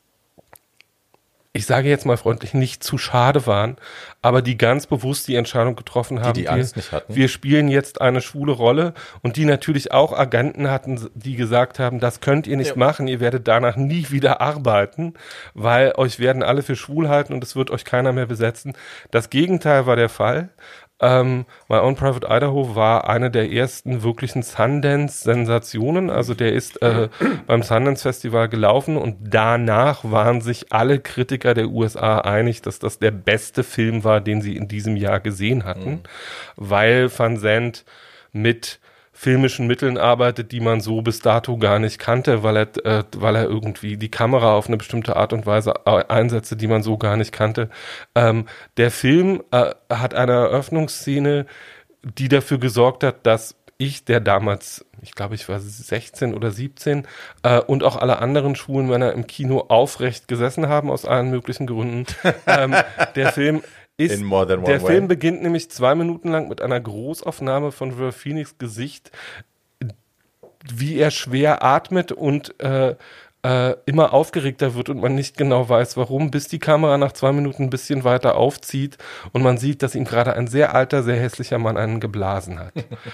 Speaker 3: ich sage jetzt mal freundlich, nicht zu schade waren, aber die ganz bewusst die Entscheidung getroffen haben,
Speaker 1: die Angst nicht hatten.
Speaker 3: Wir spielen jetzt eine schwule Rolle, und die natürlich auch Agenten hatten, die gesagt haben, das könnt ihr nicht machen, ihr werdet danach nie wieder arbeiten, weil euch werden alle für schwul halten und es wird euch keiner mehr besetzen. Das Gegenteil war der Fall. My Own Private Idaho war eine der ersten wirklichen Sundance-Sensationen. Also der ist beim Sundance-Festival gelaufen, und danach waren sich alle Kritiker der USA einig, dass das der beste Film war, den sie in diesem Jahr gesehen hatten, weil Van Sant mit filmischen Mitteln arbeitet, die man so bis dato gar nicht kannte, weil er irgendwie die Kamera auf eine bestimmte Art und Weise einsetzte, die man so gar nicht kannte. Der Film hat eine Eröffnungsszene, die dafür gesorgt hat, dass ich, der damals, ich glaube, ich war 16 oder 17, und auch alle anderen schwulen Männer im Kino aufrecht gesessen haben, aus allen möglichen Gründen. Der Film Film beginnt nämlich 2 Minuten lang mit einer Großaufnahme von River Phoenix Gesicht, wie er schwer atmet und immer aufgeregter wird und man nicht genau weiß, warum, bis die Kamera nach 2 Minuten ein bisschen weiter aufzieht und man sieht, dass ihm gerade ein sehr alter, sehr hässlicher Mann einen geblasen hat.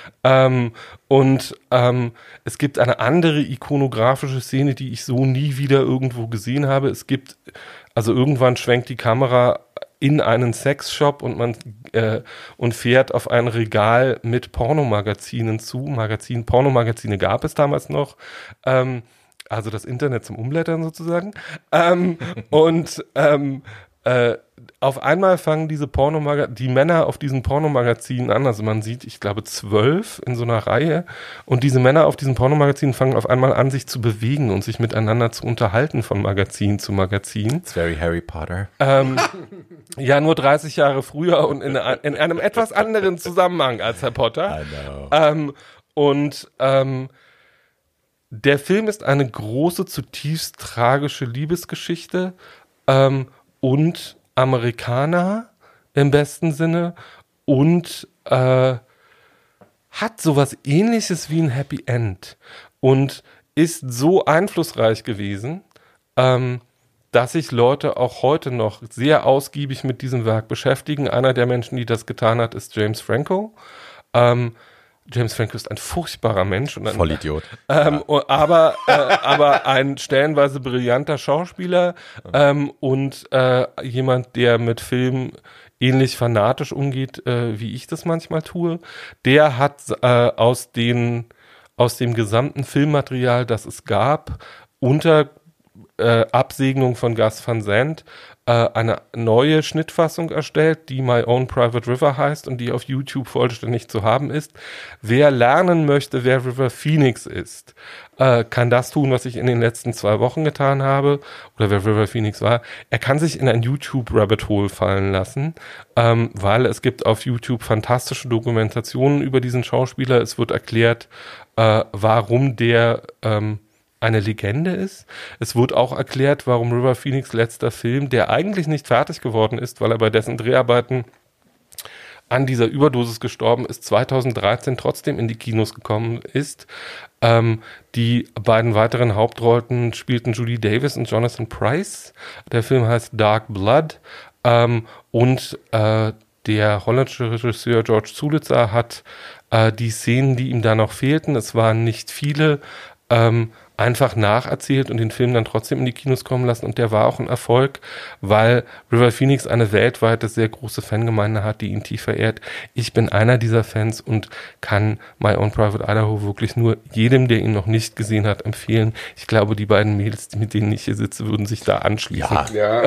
Speaker 3: Es gibt eine andere ikonografische Szene, die ich so nie wieder irgendwo gesehen habe. Also irgendwann schwenkt die Kamera in einen Sexshop und fährt auf ein Regal mit Pornomagazinen zu. Pornomagazine gab es damals noch. Also das Internet zum Umblättern sozusagen. Auf einmal fangen die Männer auf diesen Pornomagazinen an, also man sieht, ich glaube 12 in so einer Reihe, und diese Männer auf diesen Pornomagazinen fangen auf einmal an, sich zu bewegen und sich miteinander zu unterhalten von Magazin zu Magazin.
Speaker 1: It's very Harry Potter.
Speaker 3: Ja, nur 30 Jahre früher und in einem etwas anderen Zusammenhang als Harry Potter.
Speaker 1: I know.
Speaker 3: Der Film ist eine große, zutiefst tragische Liebesgeschichte und Amerikaner im besten Sinne und hat sowas Ähnliches wie ein Happy End und ist so einflussreich gewesen, dass sich Leute auch heute noch sehr ausgiebig mit diesem Werk beschäftigen. Einer der Menschen, die das getan hat, ist James Franco. James Franco ist ein furchtbarer Mensch. Und
Speaker 1: Vollidiot.
Speaker 3: Aber ein stellenweise brillanter Schauspieler und jemand, der mit Film ähnlich fanatisch umgeht, wie ich das manchmal tue. Der hat aus dem gesamten Filmmaterial, das es gab, unter Absegnung von Gus Van Sant eine neue Schnittfassung erstellt, die My Own Private River heißt und die auf YouTube vollständig zu haben ist. Wer lernen möchte, wer River Phoenix ist, kann das tun, was ich in den letzten 2 Wochen getan habe, oder wer River Phoenix war. Er kann sich in ein YouTube-Rabbit-Hole fallen lassen, weil es gibt auf YouTube fantastische Dokumentationen über diesen Schauspieler. Es wird erklärt, warum der eine Legende ist. Es wird auch erklärt, warum River Phoenix letzter Film, der eigentlich nicht fertig geworden ist, weil er bei dessen Dreharbeiten an dieser Überdosis gestorben ist, 2013 trotzdem in die Kinos gekommen ist. Die beiden weiteren Hauptrollen spielten Julie Davis und Jonathan Pryce. Der Film heißt Dark Blood und der holländische Regisseur George Zulitzer hat die Szenen, die ihm da noch fehlten, es waren nicht viele, einfach nacherzählt und den Film dann trotzdem in die Kinos kommen lassen. Und der war auch ein Erfolg, weil River Phoenix eine weltweite sehr große Fangemeinde hat, die ihn tief verehrt. Ich bin einer dieser Fans und kann My Own Private Idaho wirklich nur jedem, der ihn noch nicht gesehen hat, empfehlen. Ich glaube, die beiden Mädels, mit denen ich hier sitze, würden sich da anschließen.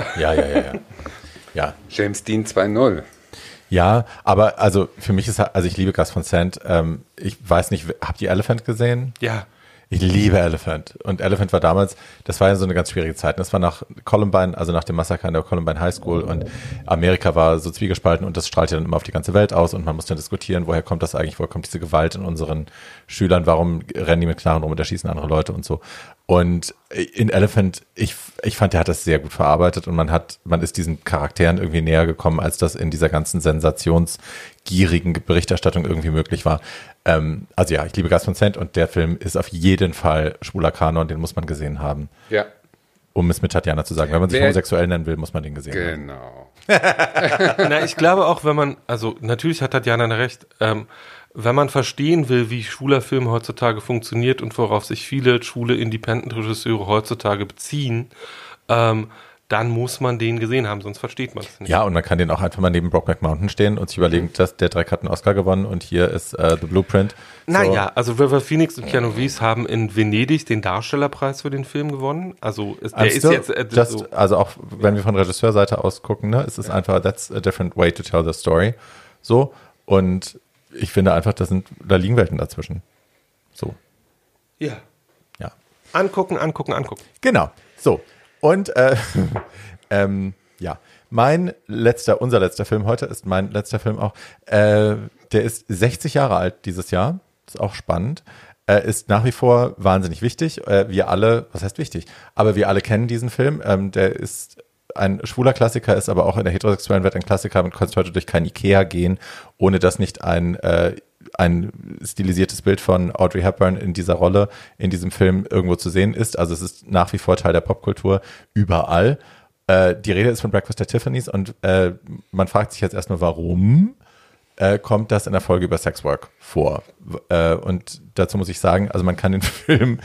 Speaker 1: Ja.
Speaker 2: James Dean 2.0.
Speaker 1: Ja, aber also für mich ist, also ich liebe Gus Van Sant. Ich weiß nicht, habt ihr Elephant gesehen?
Speaker 3: Ja.
Speaker 1: Ich liebe Elephant. Und Elephant war damals, das war ja so eine ganz schwierige Zeit. Das war nach Columbine, also nach dem Massaker in der Columbine High School, und Amerika war so zwiegespalten und das strahlt ja dann immer auf die ganze Welt aus und man muss dann diskutieren, woher kommt das eigentlich, woher kommt diese Gewalt in unseren Schülern, warum rennen die mit Knarren rum und erschießen andere Leute und so. Und in Elephant, ich fand, der hat das sehr gut verarbeitet und man ist diesen Charakteren irgendwie näher gekommen, als das in dieser ganzen sensationsgierigen Berichterstattung irgendwie möglich war. Also ja, ich liebe Gus Van Sant und der Film ist auf jeden Fall schwuler Kanon, den muss man gesehen haben.
Speaker 2: Ja.
Speaker 1: Um es mit Tatjana zu sagen, wenn man sich homosexuell nennen will, muss man den gesehen haben.
Speaker 2: Genau.
Speaker 3: Na, ich glaube auch, wenn man, also natürlich hat Tatjana recht, wenn man verstehen will, wie schwuler Film heutzutage funktioniert und worauf sich viele schwule Independent-Regisseure heutzutage beziehen, dann muss man den gesehen haben, sonst versteht man es nicht.
Speaker 1: Ja, und man kann den auch einfach mal neben Brokeback Mountain stehen und sich überlegen, dass der Dreck hat einen Oscar gewonnen und hier ist The Blueprint.
Speaker 3: Naja, also River Phoenix und Keanu Reeves haben in Venedig den Darstellerpreis für den Film gewonnen. Also der ist jetzt
Speaker 1: also auch wenn wir von Regisseurseite aus gucken, ne, ist es einfach, that's a different way to tell the story. So, und ich finde einfach, da liegen Welten dazwischen. So.
Speaker 3: Ja.
Speaker 1: Ja.
Speaker 3: Angucken.
Speaker 1: Genau. So. Und ja, unser letzter Film heute ist mein letzter Film auch. Der ist 60 Jahre alt dieses Jahr. Ist auch spannend. Ist nach wie vor wahnsinnig wichtig. Wir alle, was heißt wichtig? Aber wir alle kennen diesen Film. Der ist ein schwuler Klassiker, ist aber auch in der heterosexuellen Welt ein Klassiker. Man könnte heute durch kein Ikea gehen, ohne dass nicht ein stilisiertes Bild von Audrey Hepburn in dieser Rolle, in diesem Film irgendwo zu sehen ist. Also es ist nach wie vor Teil der Popkultur überall. Die Rede ist von Breakfast at Tiffany's und man fragt sich jetzt erstmal, warum kommt das in der Folge über Sexwork vor? Und dazu muss ich sagen, also man kann den Film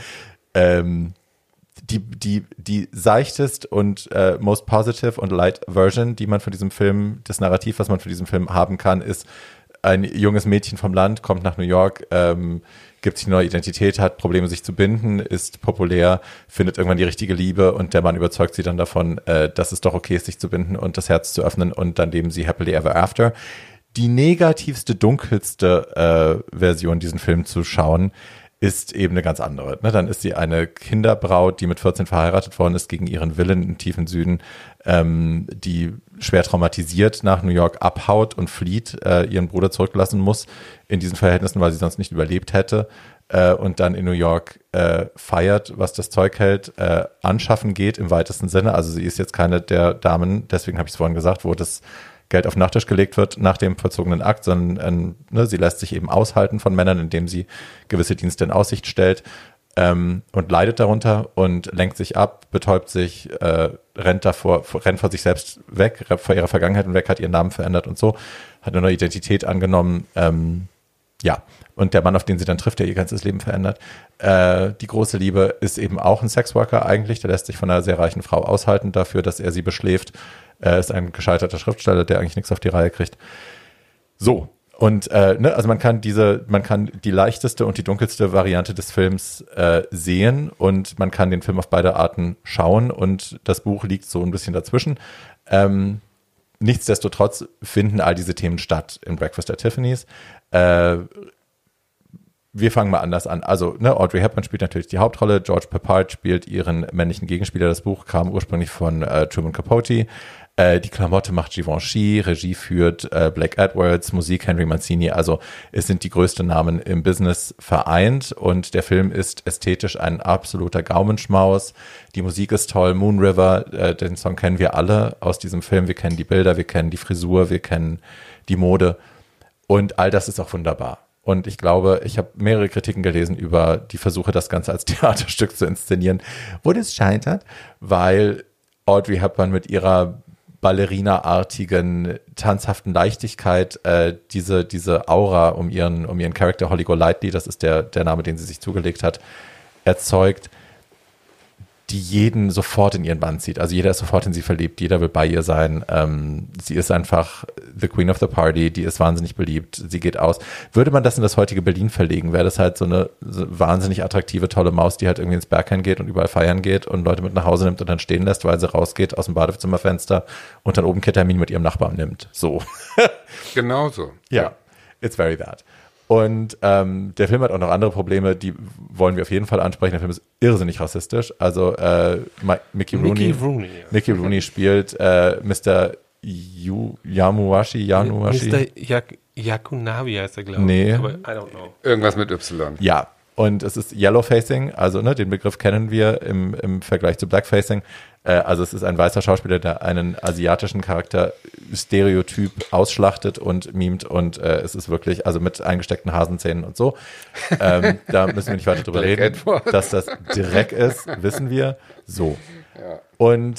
Speaker 1: die seichtest und most positive und light Version, die man von diesem Film, das Narrativ, was man von diesem Film haben kann, ist: ein junges Mädchen vom Land kommt nach New York, gibt sich eine neue Identität, hat Probleme, sich zu binden, ist populär, findet irgendwann die richtige Liebe und der Mann überzeugt sie dann davon, dass es doch okay ist, sich zu binden und das Herz zu öffnen, und dann leben sie happily ever after. Die negativste, dunkelste Version, diesen Film zu schauen, ist eben eine ganz andere. Ne? Dann ist sie eine Kinderbraut, die mit 14 verheiratet worden ist, gegen ihren Willen im tiefen Süden, die schwer traumatisiert nach New York abhaut und flieht, ihren Bruder zurücklassen muss in diesen Verhältnissen, weil sie sonst nicht überlebt hätte, und dann in New York feiert, was das Zeug hält, anschaffen geht im weitesten Sinne. Also sie ist jetzt keine der Damen, deswegen habe ich es vorhin gesagt, wo das Geld auf den Nachtisch gelegt wird nach dem vollzogenen Akt, sondern sie lässt sich eben aushalten von Männern, indem sie gewisse Dienste in Aussicht stellt, und leidet darunter und lenkt sich ab, betäubt sich, rennt vor sich selbst weg, vor ihrer Vergangenheit weg, hat ihren Namen verändert und so, hat eine neue Identität angenommen, ja. Und der Mann, auf den sie dann trifft, der ihr ganzes Leben verändert, die große Liebe, ist eben auch ein Sexworker eigentlich, der lässt sich von einer sehr reichen Frau aushalten dafür, dass er sie beschläft. Ist ein gescheiterter Schriftsteller, der eigentlich nichts auf die Reihe kriegt. So, und also man kann die leichteste und die dunkelste Variante des Films sehen und man kann den Film auf beide Arten schauen und das Buch liegt so ein bisschen dazwischen. Nichtsdestotrotz finden all diese Themen statt in Breakfast at Tiffany's. Wir fangen mal anders an. Also, Audrey Hepburn spielt natürlich die Hauptrolle. George Peppard spielt ihren männlichen Gegenspieler. Das Buch kam ursprünglich von Truman Capote. Die Klamotte macht Givenchy, Regie führt Blake Edwards, Musik Henry Mancini. Also es sind die größten Namen im Business vereint und der Film ist ästhetisch ein absoluter Gaumenschmaus. Die Musik ist toll. Moon River, den Song kennen wir alle aus diesem Film. Wir kennen die Bilder, wir kennen die Frisur, wir kennen die Mode und all das ist auch wunderbar. Und ich glaube, ich habe mehrere Kritiken gelesen über die Versuche, das Ganze als Theaterstück zu inszenieren, wo das scheitert, weil Audrey Hepburn mit ihrer Ballerina-artigen, tanzhaften Leichtigkeit diese Aura um ihren Charakter Holly Golightly, das ist der Name, den sie sich zugelegt hat, erzeugt, die jeden sofort in ihren Bann zieht. Also jeder ist sofort in sie verliebt, jeder will bei ihr sein. Sie ist einfach the Queen of the Party, die ist wahnsinnig beliebt, sie geht aus. Würde man das in das heutige Berlin verlegen, wäre das halt so eine wahnsinnig attraktive, tolle Maus, die halt irgendwie ins Berghain geht und überall feiern geht und Leute mit nach Hause nimmt und dann stehen lässt, weil sie rausgeht aus dem Badezimmerfenster und dann oben Ketamin mit ihrem Nachbarn nimmt. So.
Speaker 2: Genau so.
Speaker 1: Ja, it's very that. Und der Film hat auch noch andere Probleme, die wollen wir auf jeden Fall ansprechen. Der Film ist irrsinnig rassistisch. Also Mickey Rooney spielt Mr. Yanuashi.
Speaker 3: Mr. Yakunavi heißt er, glaube ich.
Speaker 1: Nee.
Speaker 3: Aber I don't know.
Speaker 2: Irgendwas mit Y.
Speaker 1: Ja, und es ist Yellowfacing, also den Begriff kennen wir im Vergleich zu Blackfacing. Also es ist ein weißer Schauspieler, der einen asiatischen Charakter Stereotyp ausschlachtet und mimt und es ist wirklich, also mit eingesteckten Hasenzähnen und so. Da müssen wir nicht weiter drüber reden.
Speaker 2: Edward.
Speaker 1: Dass das Dreck ist, wissen wir. So.
Speaker 2: Ja.
Speaker 1: Und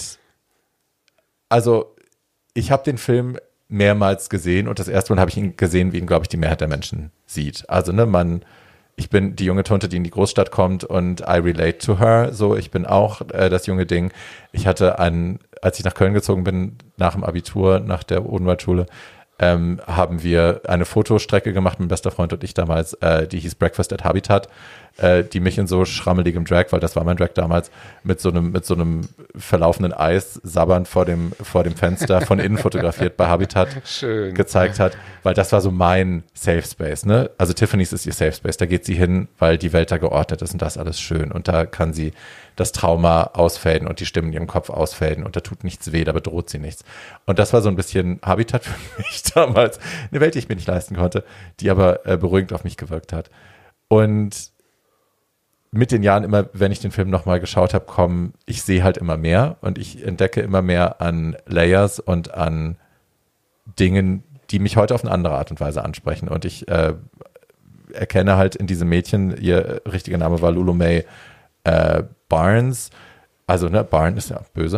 Speaker 1: also ich habe den Film mehrmals gesehen und das erste Mal habe ich ihn gesehen, wie ihn, glaube ich, die Mehrheit der Menschen sieht. Also ich bin die junge Tunte, die in die Großstadt kommt und I relate to her. So, ich bin auch das junge Ding. Ich hatte als ich nach Köln gezogen bin, nach dem Abitur, nach der Odenwaldschule, haben wir eine Fotostrecke gemacht, mein bester Freund und ich damals, die hieß Breakfast at Habitat, die mich in so schrammeligem Drag, weil das war mein Drag damals, mit so einem verlaufenden Eis sabbernd vor dem Fenster von innen fotografiert bei Habitat gezeigt hat, weil das war so mein Safe Space, ne? Also Tiffany's ist ihr Safe Space, da geht sie hin, weil die Welt da geordnet ist und das alles schön und da kann sie das Trauma ausfäden und die Stimmen in ihrem Kopf ausfäden und da tut nichts weh, da bedroht sie nichts. Und das war so ein bisschen Habitat für mich damals, eine Welt, die ich mir nicht leisten konnte, die aber beruhigend auf mich gewirkt hat. Und mit den Jahren immer, wenn ich den Film nochmal geschaut habe, ich sehe halt immer mehr und ich entdecke immer mehr an Layers und an Dingen, die mich heute auf eine andere Art und Weise ansprechen. Und ich erkenne halt in diesem Mädchen, ihr richtiger Name war Lulu Mae Barnes, also Barnes ist ja böse.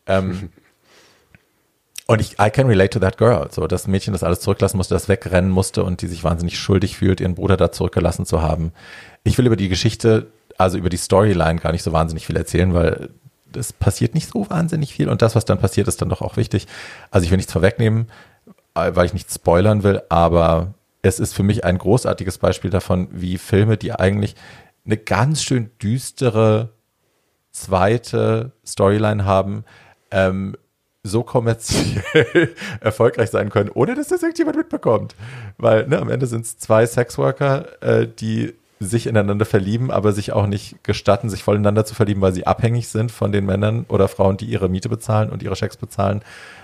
Speaker 1: Und I can relate to that girl. So, das Mädchen, das alles zurücklassen musste, das wegrennen musste und die sich wahnsinnig schuldig fühlt, ihren Bruder da zurückgelassen zu haben. Ich will über die Geschichte, also über die Storyline gar nicht so wahnsinnig viel erzählen, weil es passiert nicht so wahnsinnig viel und das, was dann passiert, ist dann doch auch wichtig. Also ich will nichts vorwegnehmen, weil ich nichts spoilern will, aber es ist für mich ein großartiges Beispiel davon, wie Filme, die eigentlich eine ganz schön düstere zweite Storyline haben, so kommerziell erfolgreich sein können, ohne dass das irgendjemand mitbekommt. Weil am Ende sind es zwei Sexworker, die sich ineinander verlieben, aber sich auch nicht gestatten, sich voll ineinander zu verlieben, weil sie abhängig sind von den Männern oder Frauen, die ihre Miete bezahlen und ihre Schecks bezahlen.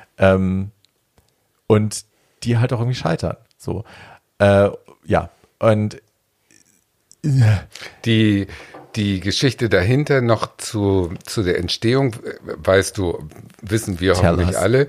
Speaker 1: Und die halt auch irgendwie scheitern. So. Ja. Und
Speaker 2: die Geschichte dahinter noch zu der Entstehung, wissen wir hoffentlich alle,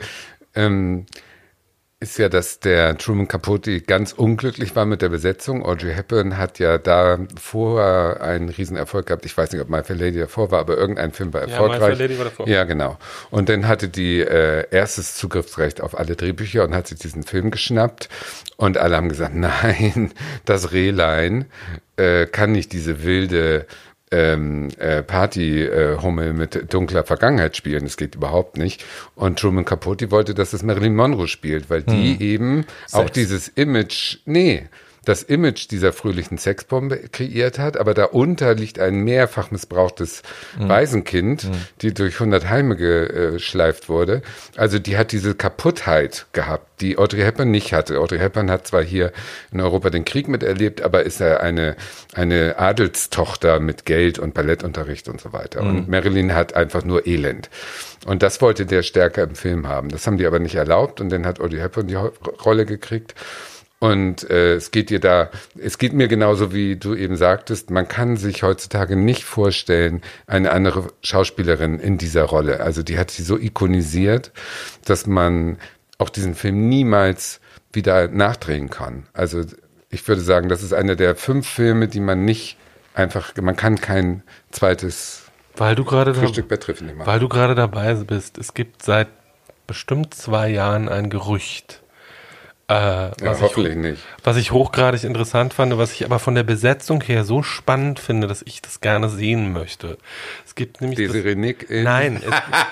Speaker 2: ist ja, dass der Truman Capote ganz unglücklich war mit der Besetzung. Audrey Hepburn hat ja da vorher einen Riesenerfolg gehabt. Ich weiß nicht, ob My Fair Lady davor war, aber irgendein Film war erfolgreich. Ja, My Fair Lady war davor. Ja, genau. Und dann hatte die erstes Zugriffsrecht auf alle Drehbücher und hat sich diesen Film geschnappt. Und alle haben gesagt, nein, das Rehlein kann nicht diese wilde Party-Hummel mit dunkler Vergangenheit spielen. Das geht überhaupt nicht. Und Truman Capote wollte, dass es Marilyn Monroe spielt, weil die eben auch dieses Image, das Image dieser fröhlichen Sexbombe kreiert hat, aber darunter liegt ein mehrfach missbrauchtes Waisenkind, die durch 100 Heime geschleift wurde. Also die hat diese Kaputtheit gehabt, die Audrey Hepburn nicht hatte. Audrey Hepburn hat zwar hier in Europa den Krieg miterlebt, aber ist ja eine Adelstochter mit Geld und Ballettunterricht und so weiter. Und Marilyn hat einfach nur Elend. Und das wollte der stärker im Film haben. Das haben die aber nicht erlaubt und dann hat Audrey Hepburn die Rolle gekriegt. Und es geht mir genauso, wie du eben sagtest, man kann sich heutzutage nicht vorstellen, eine andere Schauspielerin in dieser Rolle. Also die hat sie so ikonisiert, dass man auch diesen Film niemals wieder nachdrehen kann. Also ich würde sagen, das ist einer der 5 Filme, die man kann kein zweites Frühstück bei Treffen machen.
Speaker 3: Weil du gerade dabei bist, es gibt seit bestimmt 2 Jahren ein Gerücht,
Speaker 2: Hoffentlich nicht.
Speaker 3: Was ich hochgradig interessant fand, was ich aber von der Besetzung her so spannend finde, dass ich das gerne sehen möchte. Es gibt nämlich
Speaker 2: Desiree Nick in
Speaker 3: nein,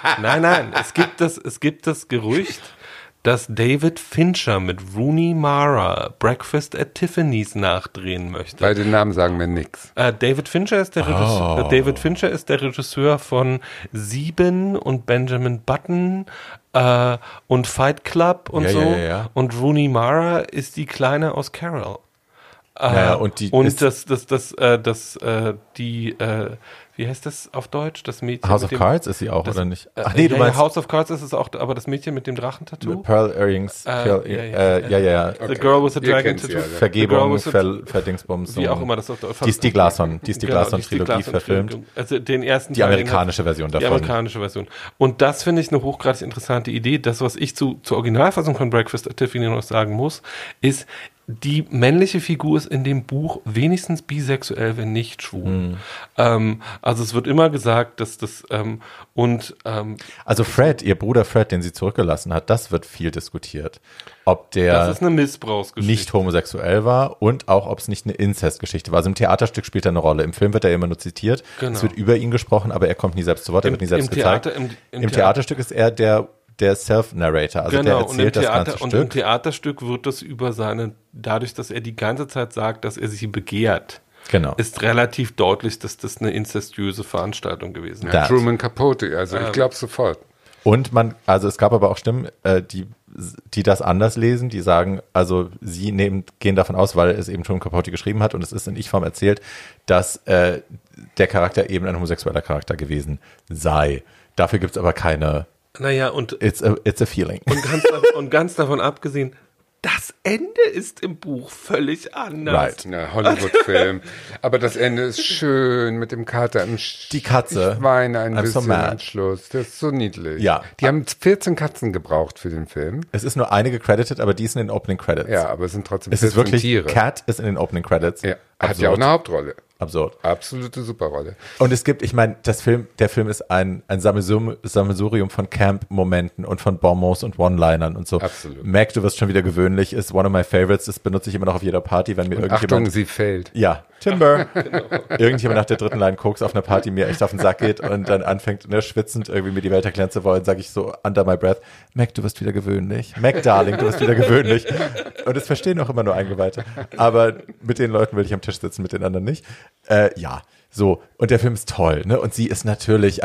Speaker 3: es gibt das Gerücht, dass David Fincher mit Rooney Mara Breakfast at Tiffany's nachdrehen möchte.
Speaker 2: Bei den Namen sagen wir nix.
Speaker 3: David Fincher ist der Regisseur von 7 und Benjamin Button und Fight Club und so.
Speaker 1: Ja.
Speaker 3: Und Rooney Mara ist die Kleine aus Carol. Wie heißt das auf Deutsch? Das Mädchen.
Speaker 1: House of Cards ist sie auch, oder nicht?
Speaker 3: Ach nee, du meinst House of Cards ist es auch, aber das Mädchen mit dem Drachentattoo?
Speaker 1: Pearl Earrings.
Speaker 3: Ja.
Speaker 1: Okay.
Speaker 3: The Girl with the Dragon Tattoo.
Speaker 1: Vergebung, Verdingsbums.
Speaker 3: Wie auch immer das auf
Speaker 1: Die Stieg Larsson-Trilogie verfilmt.
Speaker 3: Also den ersten
Speaker 1: die amerikanische Version davon.
Speaker 3: Die amerikanische Version. Und das finde ich eine hochgradig interessante Idee. Das, was ich zur Originalfassung von Breakfast at Tiffany noch sagen muss, ist, die männliche Figur ist in dem Buch wenigstens bisexuell, wenn nicht schwul. Also es wird immer gesagt, dass das
Speaker 1: also Fred, ihr Bruder Fred, den sie zurückgelassen hat, das wird viel diskutiert. Ob der
Speaker 3: das ist eine Missbrauchsgeschichte.
Speaker 1: Nicht homosexuell war und auch, ob es nicht eine Inzestgeschichte war. Also im Theaterstück spielt er eine Rolle. Im Film wird er immer nur zitiert.
Speaker 3: Genau.
Speaker 1: Es wird über ihn gesprochen, aber er kommt nie selbst zu Wort, er wird nie selbst gezeigt. Im Theaterstück ist er der Self-Narrator, also der erzählt das ganze Stück.
Speaker 3: Und im Theaterstück wird das dadurch, dass er die ganze Zeit sagt, dass er sie begehrt, ist relativ deutlich, dass das eine inzestiöse Veranstaltung gewesen ist.
Speaker 2: Ja, Truman Capote, also ich glaube sofort.
Speaker 1: Und es gab aber auch Stimmen, die das anders lesen, die sagen, also sie gehen davon aus, weil es eben Truman Capote geschrieben hat und es ist in Ich-Form erzählt, dass der Charakter eben ein homosexueller Charakter gewesen sei. Dafür gibt es aber keine.
Speaker 3: Naja, und
Speaker 1: it's a feeling.
Speaker 3: Und ganz davon abgesehen, das Ende ist im Buch völlig anders.
Speaker 1: Right.
Speaker 2: Ja, Hollywood-Film. Aber das Ende ist schön mit dem Kater im
Speaker 1: Die Katze.
Speaker 2: Ich weine ein
Speaker 1: I'm
Speaker 2: bisschen
Speaker 1: so mad.
Speaker 2: am Schluss. Das ist so niedlich.
Speaker 1: Ja.
Speaker 2: Die haben 14 Katzen gebraucht für den Film.
Speaker 1: Es ist nur eine gecredited, aber die ist in den Opening Credits.
Speaker 2: Ja, aber es sind trotzdem
Speaker 1: es
Speaker 2: 14
Speaker 1: ist wirklich,
Speaker 2: Tiere.
Speaker 1: Cat ist in den Opening Credits.
Speaker 2: Ja. Hat ja auch eine Hauptrolle.
Speaker 1: Absurd.
Speaker 2: Absolute Superrolle.
Speaker 1: Und es gibt, ich meine, der Film ist ein Sammelsurium von Camp-Momenten und von Bonbons und One-Linern und so.
Speaker 2: Absolut.
Speaker 1: Mac, du wirst schon wieder gewöhnlich, ist one of my favorites. Das benutze ich immer noch auf jeder Party, wenn mir irgendjemand.
Speaker 2: Achtung, sie fällt.
Speaker 1: Ja, Timber. Irgendjemand nach der dritten Line Koks auf einer Party mir echt auf den Sack geht und dann anfängt, schwitzend irgendwie mir die Welt erklären zu wollen, sage ich so under my breath, Mac, du wirst wieder gewöhnlich. Mac, Darling, du wirst wieder gewöhnlich. Und es verstehen auch immer nur Eingeweihte. Aber mit den Leuten will ich am Tisch sitzen, mit den anderen nicht. Ja, so. Und der Film ist toll, ne? Und sie ist natürlich,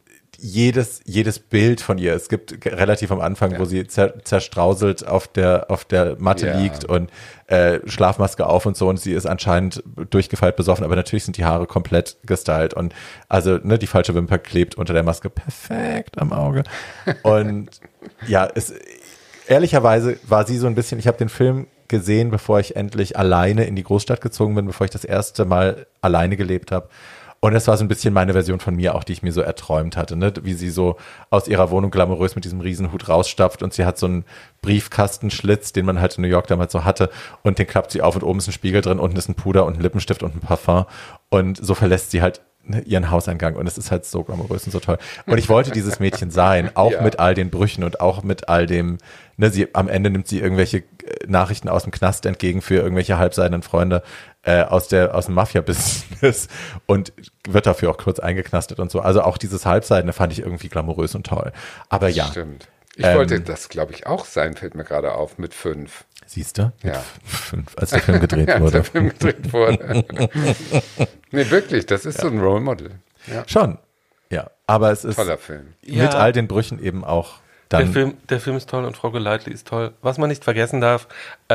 Speaker 1: jedes Bild von ihr, es gibt relativ am Anfang, wo sie zerstrauselt auf der Matte liegt und Schlafmaske auf und so, und sie ist anscheinend durchgefeilt besoffen, aber natürlich sind die Haare komplett gestylt und also die falsche Wimper klebt unter der Maske perfekt am Auge. Und ja, ehrlicherweise war sie so ein bisschen, ich habe den Film gesehen, bevor ich endlich alleine in die Großstadt gezogen bin, bevor ich das erste Mal alleine gelebt habe. Und das war so ein bisschen meine Version von mir auch, die ich mir so erträumt hatte, ne? Wie sie so aus ihrer Wohnung glamourös mit diesem Riesenhut rausstapft und sie hat so einen Briefkastenschlitz, den man halt in New York damals so hatte, und den klappt sie auf und oben ist ein Spiegel drin, unten ist ein Puder und ein Lippenstift und ein Parfum und so verlässt sie halt ihren Hauseingang und es ist halt so glamourös und so toll. Und ich wollte dieses Mädchen sein, auch mit all den Brüchen und auch mit all dem, am Ende nimmt sie irgendwelche Nachrichten aus dem Knast entgegen für irgendwelche halbseidenen Freunde aus dem Mafia-Business und wird dafür auch kurz eingeknastet und so. Also auch dieses Halbseidene fand ich irgendwie glamourös und toll. Aber ja.
Speaker 2: Stimmt. Ich wollte das, glaube ich, auch sein, fällt mir gerade auf, mit 5.
Speaker 1: Siehst du?
Speaker 2: Ja.
Speaker 1: 5, als der Film gedreht wurde.
Speaker 2: Als der Film gedreht wurde. Nee, wirklich, das ist so ein Role Model. Ja.
Speaker 1: Schon, ja. Aber es ist
Speaker 2: toller Film.
Speaker 1: Mit all den Brüchen eben auch dann.
Speaker 3: Der Film ist toll und Frau Golightly ist toll. Was man nicht vergessen darf,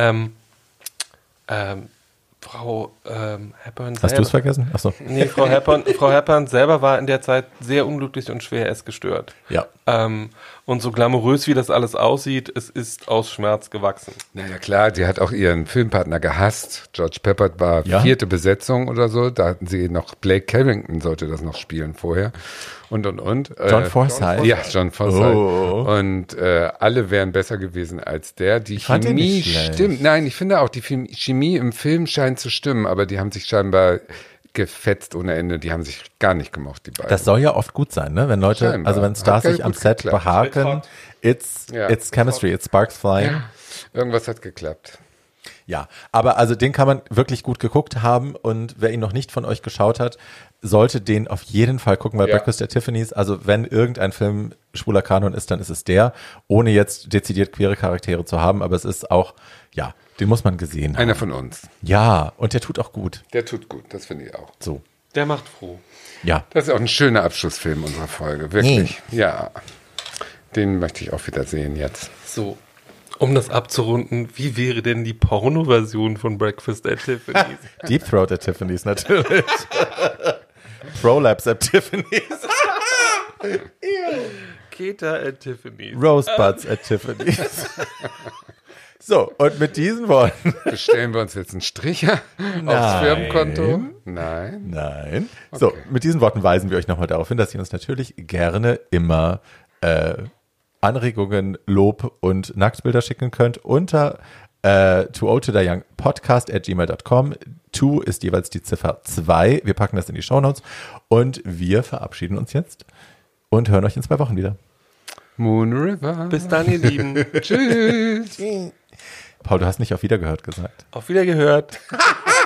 Speaker 3: Frau Hepburn selber.
Speaker 1: Hast du es vergessen? Achso.
Speaker 3: Nee, Frau Hepburn selber war in der Zeit sehr unglücklich und schwer essgestört.
Speaker 1: Ja.
Speaker 3: Und so glamourös, wie das alles aussieht, es ist aus Schmerz gewachsen.
Speaker 2: Naja, klar, die hat auch ihren Filmpartner gehasst. George Peppard war 4. Besetzung oder so. Da hatten sie noch, Blake Carrington sollte das noch spielen vorher. Und.
Speaker 1: John Forsythe?
Speaker 2: Ja, John Forsythe.
Speaker 1: Oh.
Speaker 2: Und alle wären besser gewesen als der. Die
Speaker 1: fand ihn
Speaker 2: Chemie
Speaker 1: nicht schlecht.
Speaker 2: stimmt. Nein, ich finde auch, die Chemie im Film scheint zu stimmen, aber die haben sich scheinbar gefetzt ohne Ende. Die haben sich gar nicht gemocht, die beiden.
Speaker 1: Das soll ja oft gut sein, ne? Wenn Leute,
Speaker 2: Scheinbar.
Speaker 1: also wenn Stars
Speaker 2: Hat
Speaker 1: sich am
Speaker 2: gut
Speaker 1: Set
Speaker 2: geklappt.
Speaker 1: behaken, it's chemistry, it's sparks flying.
Speaker 2: Ja. Irgendwas hat geklappt.
Speaker 1: Ja, aber also den kann man wirklich gut geguckt haben und wer ihn noch nicht von euch geschaut hat, sollte den auf jeden Fall gucken, weil
Speaker 2: Ja.
Speaker 1: Breakfast at Tiffany's, also wenn irgendein Film schwuler Kanon ist, dann ist es der, ohne jetzt dezidiert queere Charaktere zu haben, aber es ist auch, ja, den muss man gesehen haben.
Speaker 2: Einer von uns.
Speaker 1: Ja, und der tut auch gut.
Speaker 2: Der tut gut, das finde ich auch.
Speaker 1: So,
Speaker 3: Der macht froh.
Speaker 1: ja.
Speaker 2: Das ist auch ein schöner Abschlussfilm unserer Folge, wirklich. Ja, den möchte ich auch wieder sehen jetzt.
Speaker 3: So, um das abzurunden, wie wäre denn die Porno-Version von Breakfast at Tiffany's?
Speaker 1: Deep Throat at Tiffany's natürlich. Prolapse at Tiffany's.
Speaker 3: Keta at Tiffany's.
Speaker 1: Rosebuds at Tiffany's. So, und mit diesen Worten.
Speaker 2: Bestellen wir uns jetzt einen Stricher aufs Firmenkonto? Nein.
Speaker 1: Nein. So, mit diesen Worten weisen wir euch nochmal darauf hin, dass ihr uns natürlich gerne immer Anregungen, Lob und Nacktbilder schicken könnt unter Too Old to Die Young Podcast @gmail.com. 2 ist jeweils die Ziffer 2. Wir packen das in die Shownotes und wir verabschieden uns jetzt und hören euch in 2 Wochen wieder.
Speaker 2: Moon River.
Speaker 3: Bis dann, ihr Lieben.
Speaker 2: Tschüss.
Speaker 1: Paul, du hast nicht auf Wiedergehört gesagt.
Speaker 3: Auf Wiedergehört.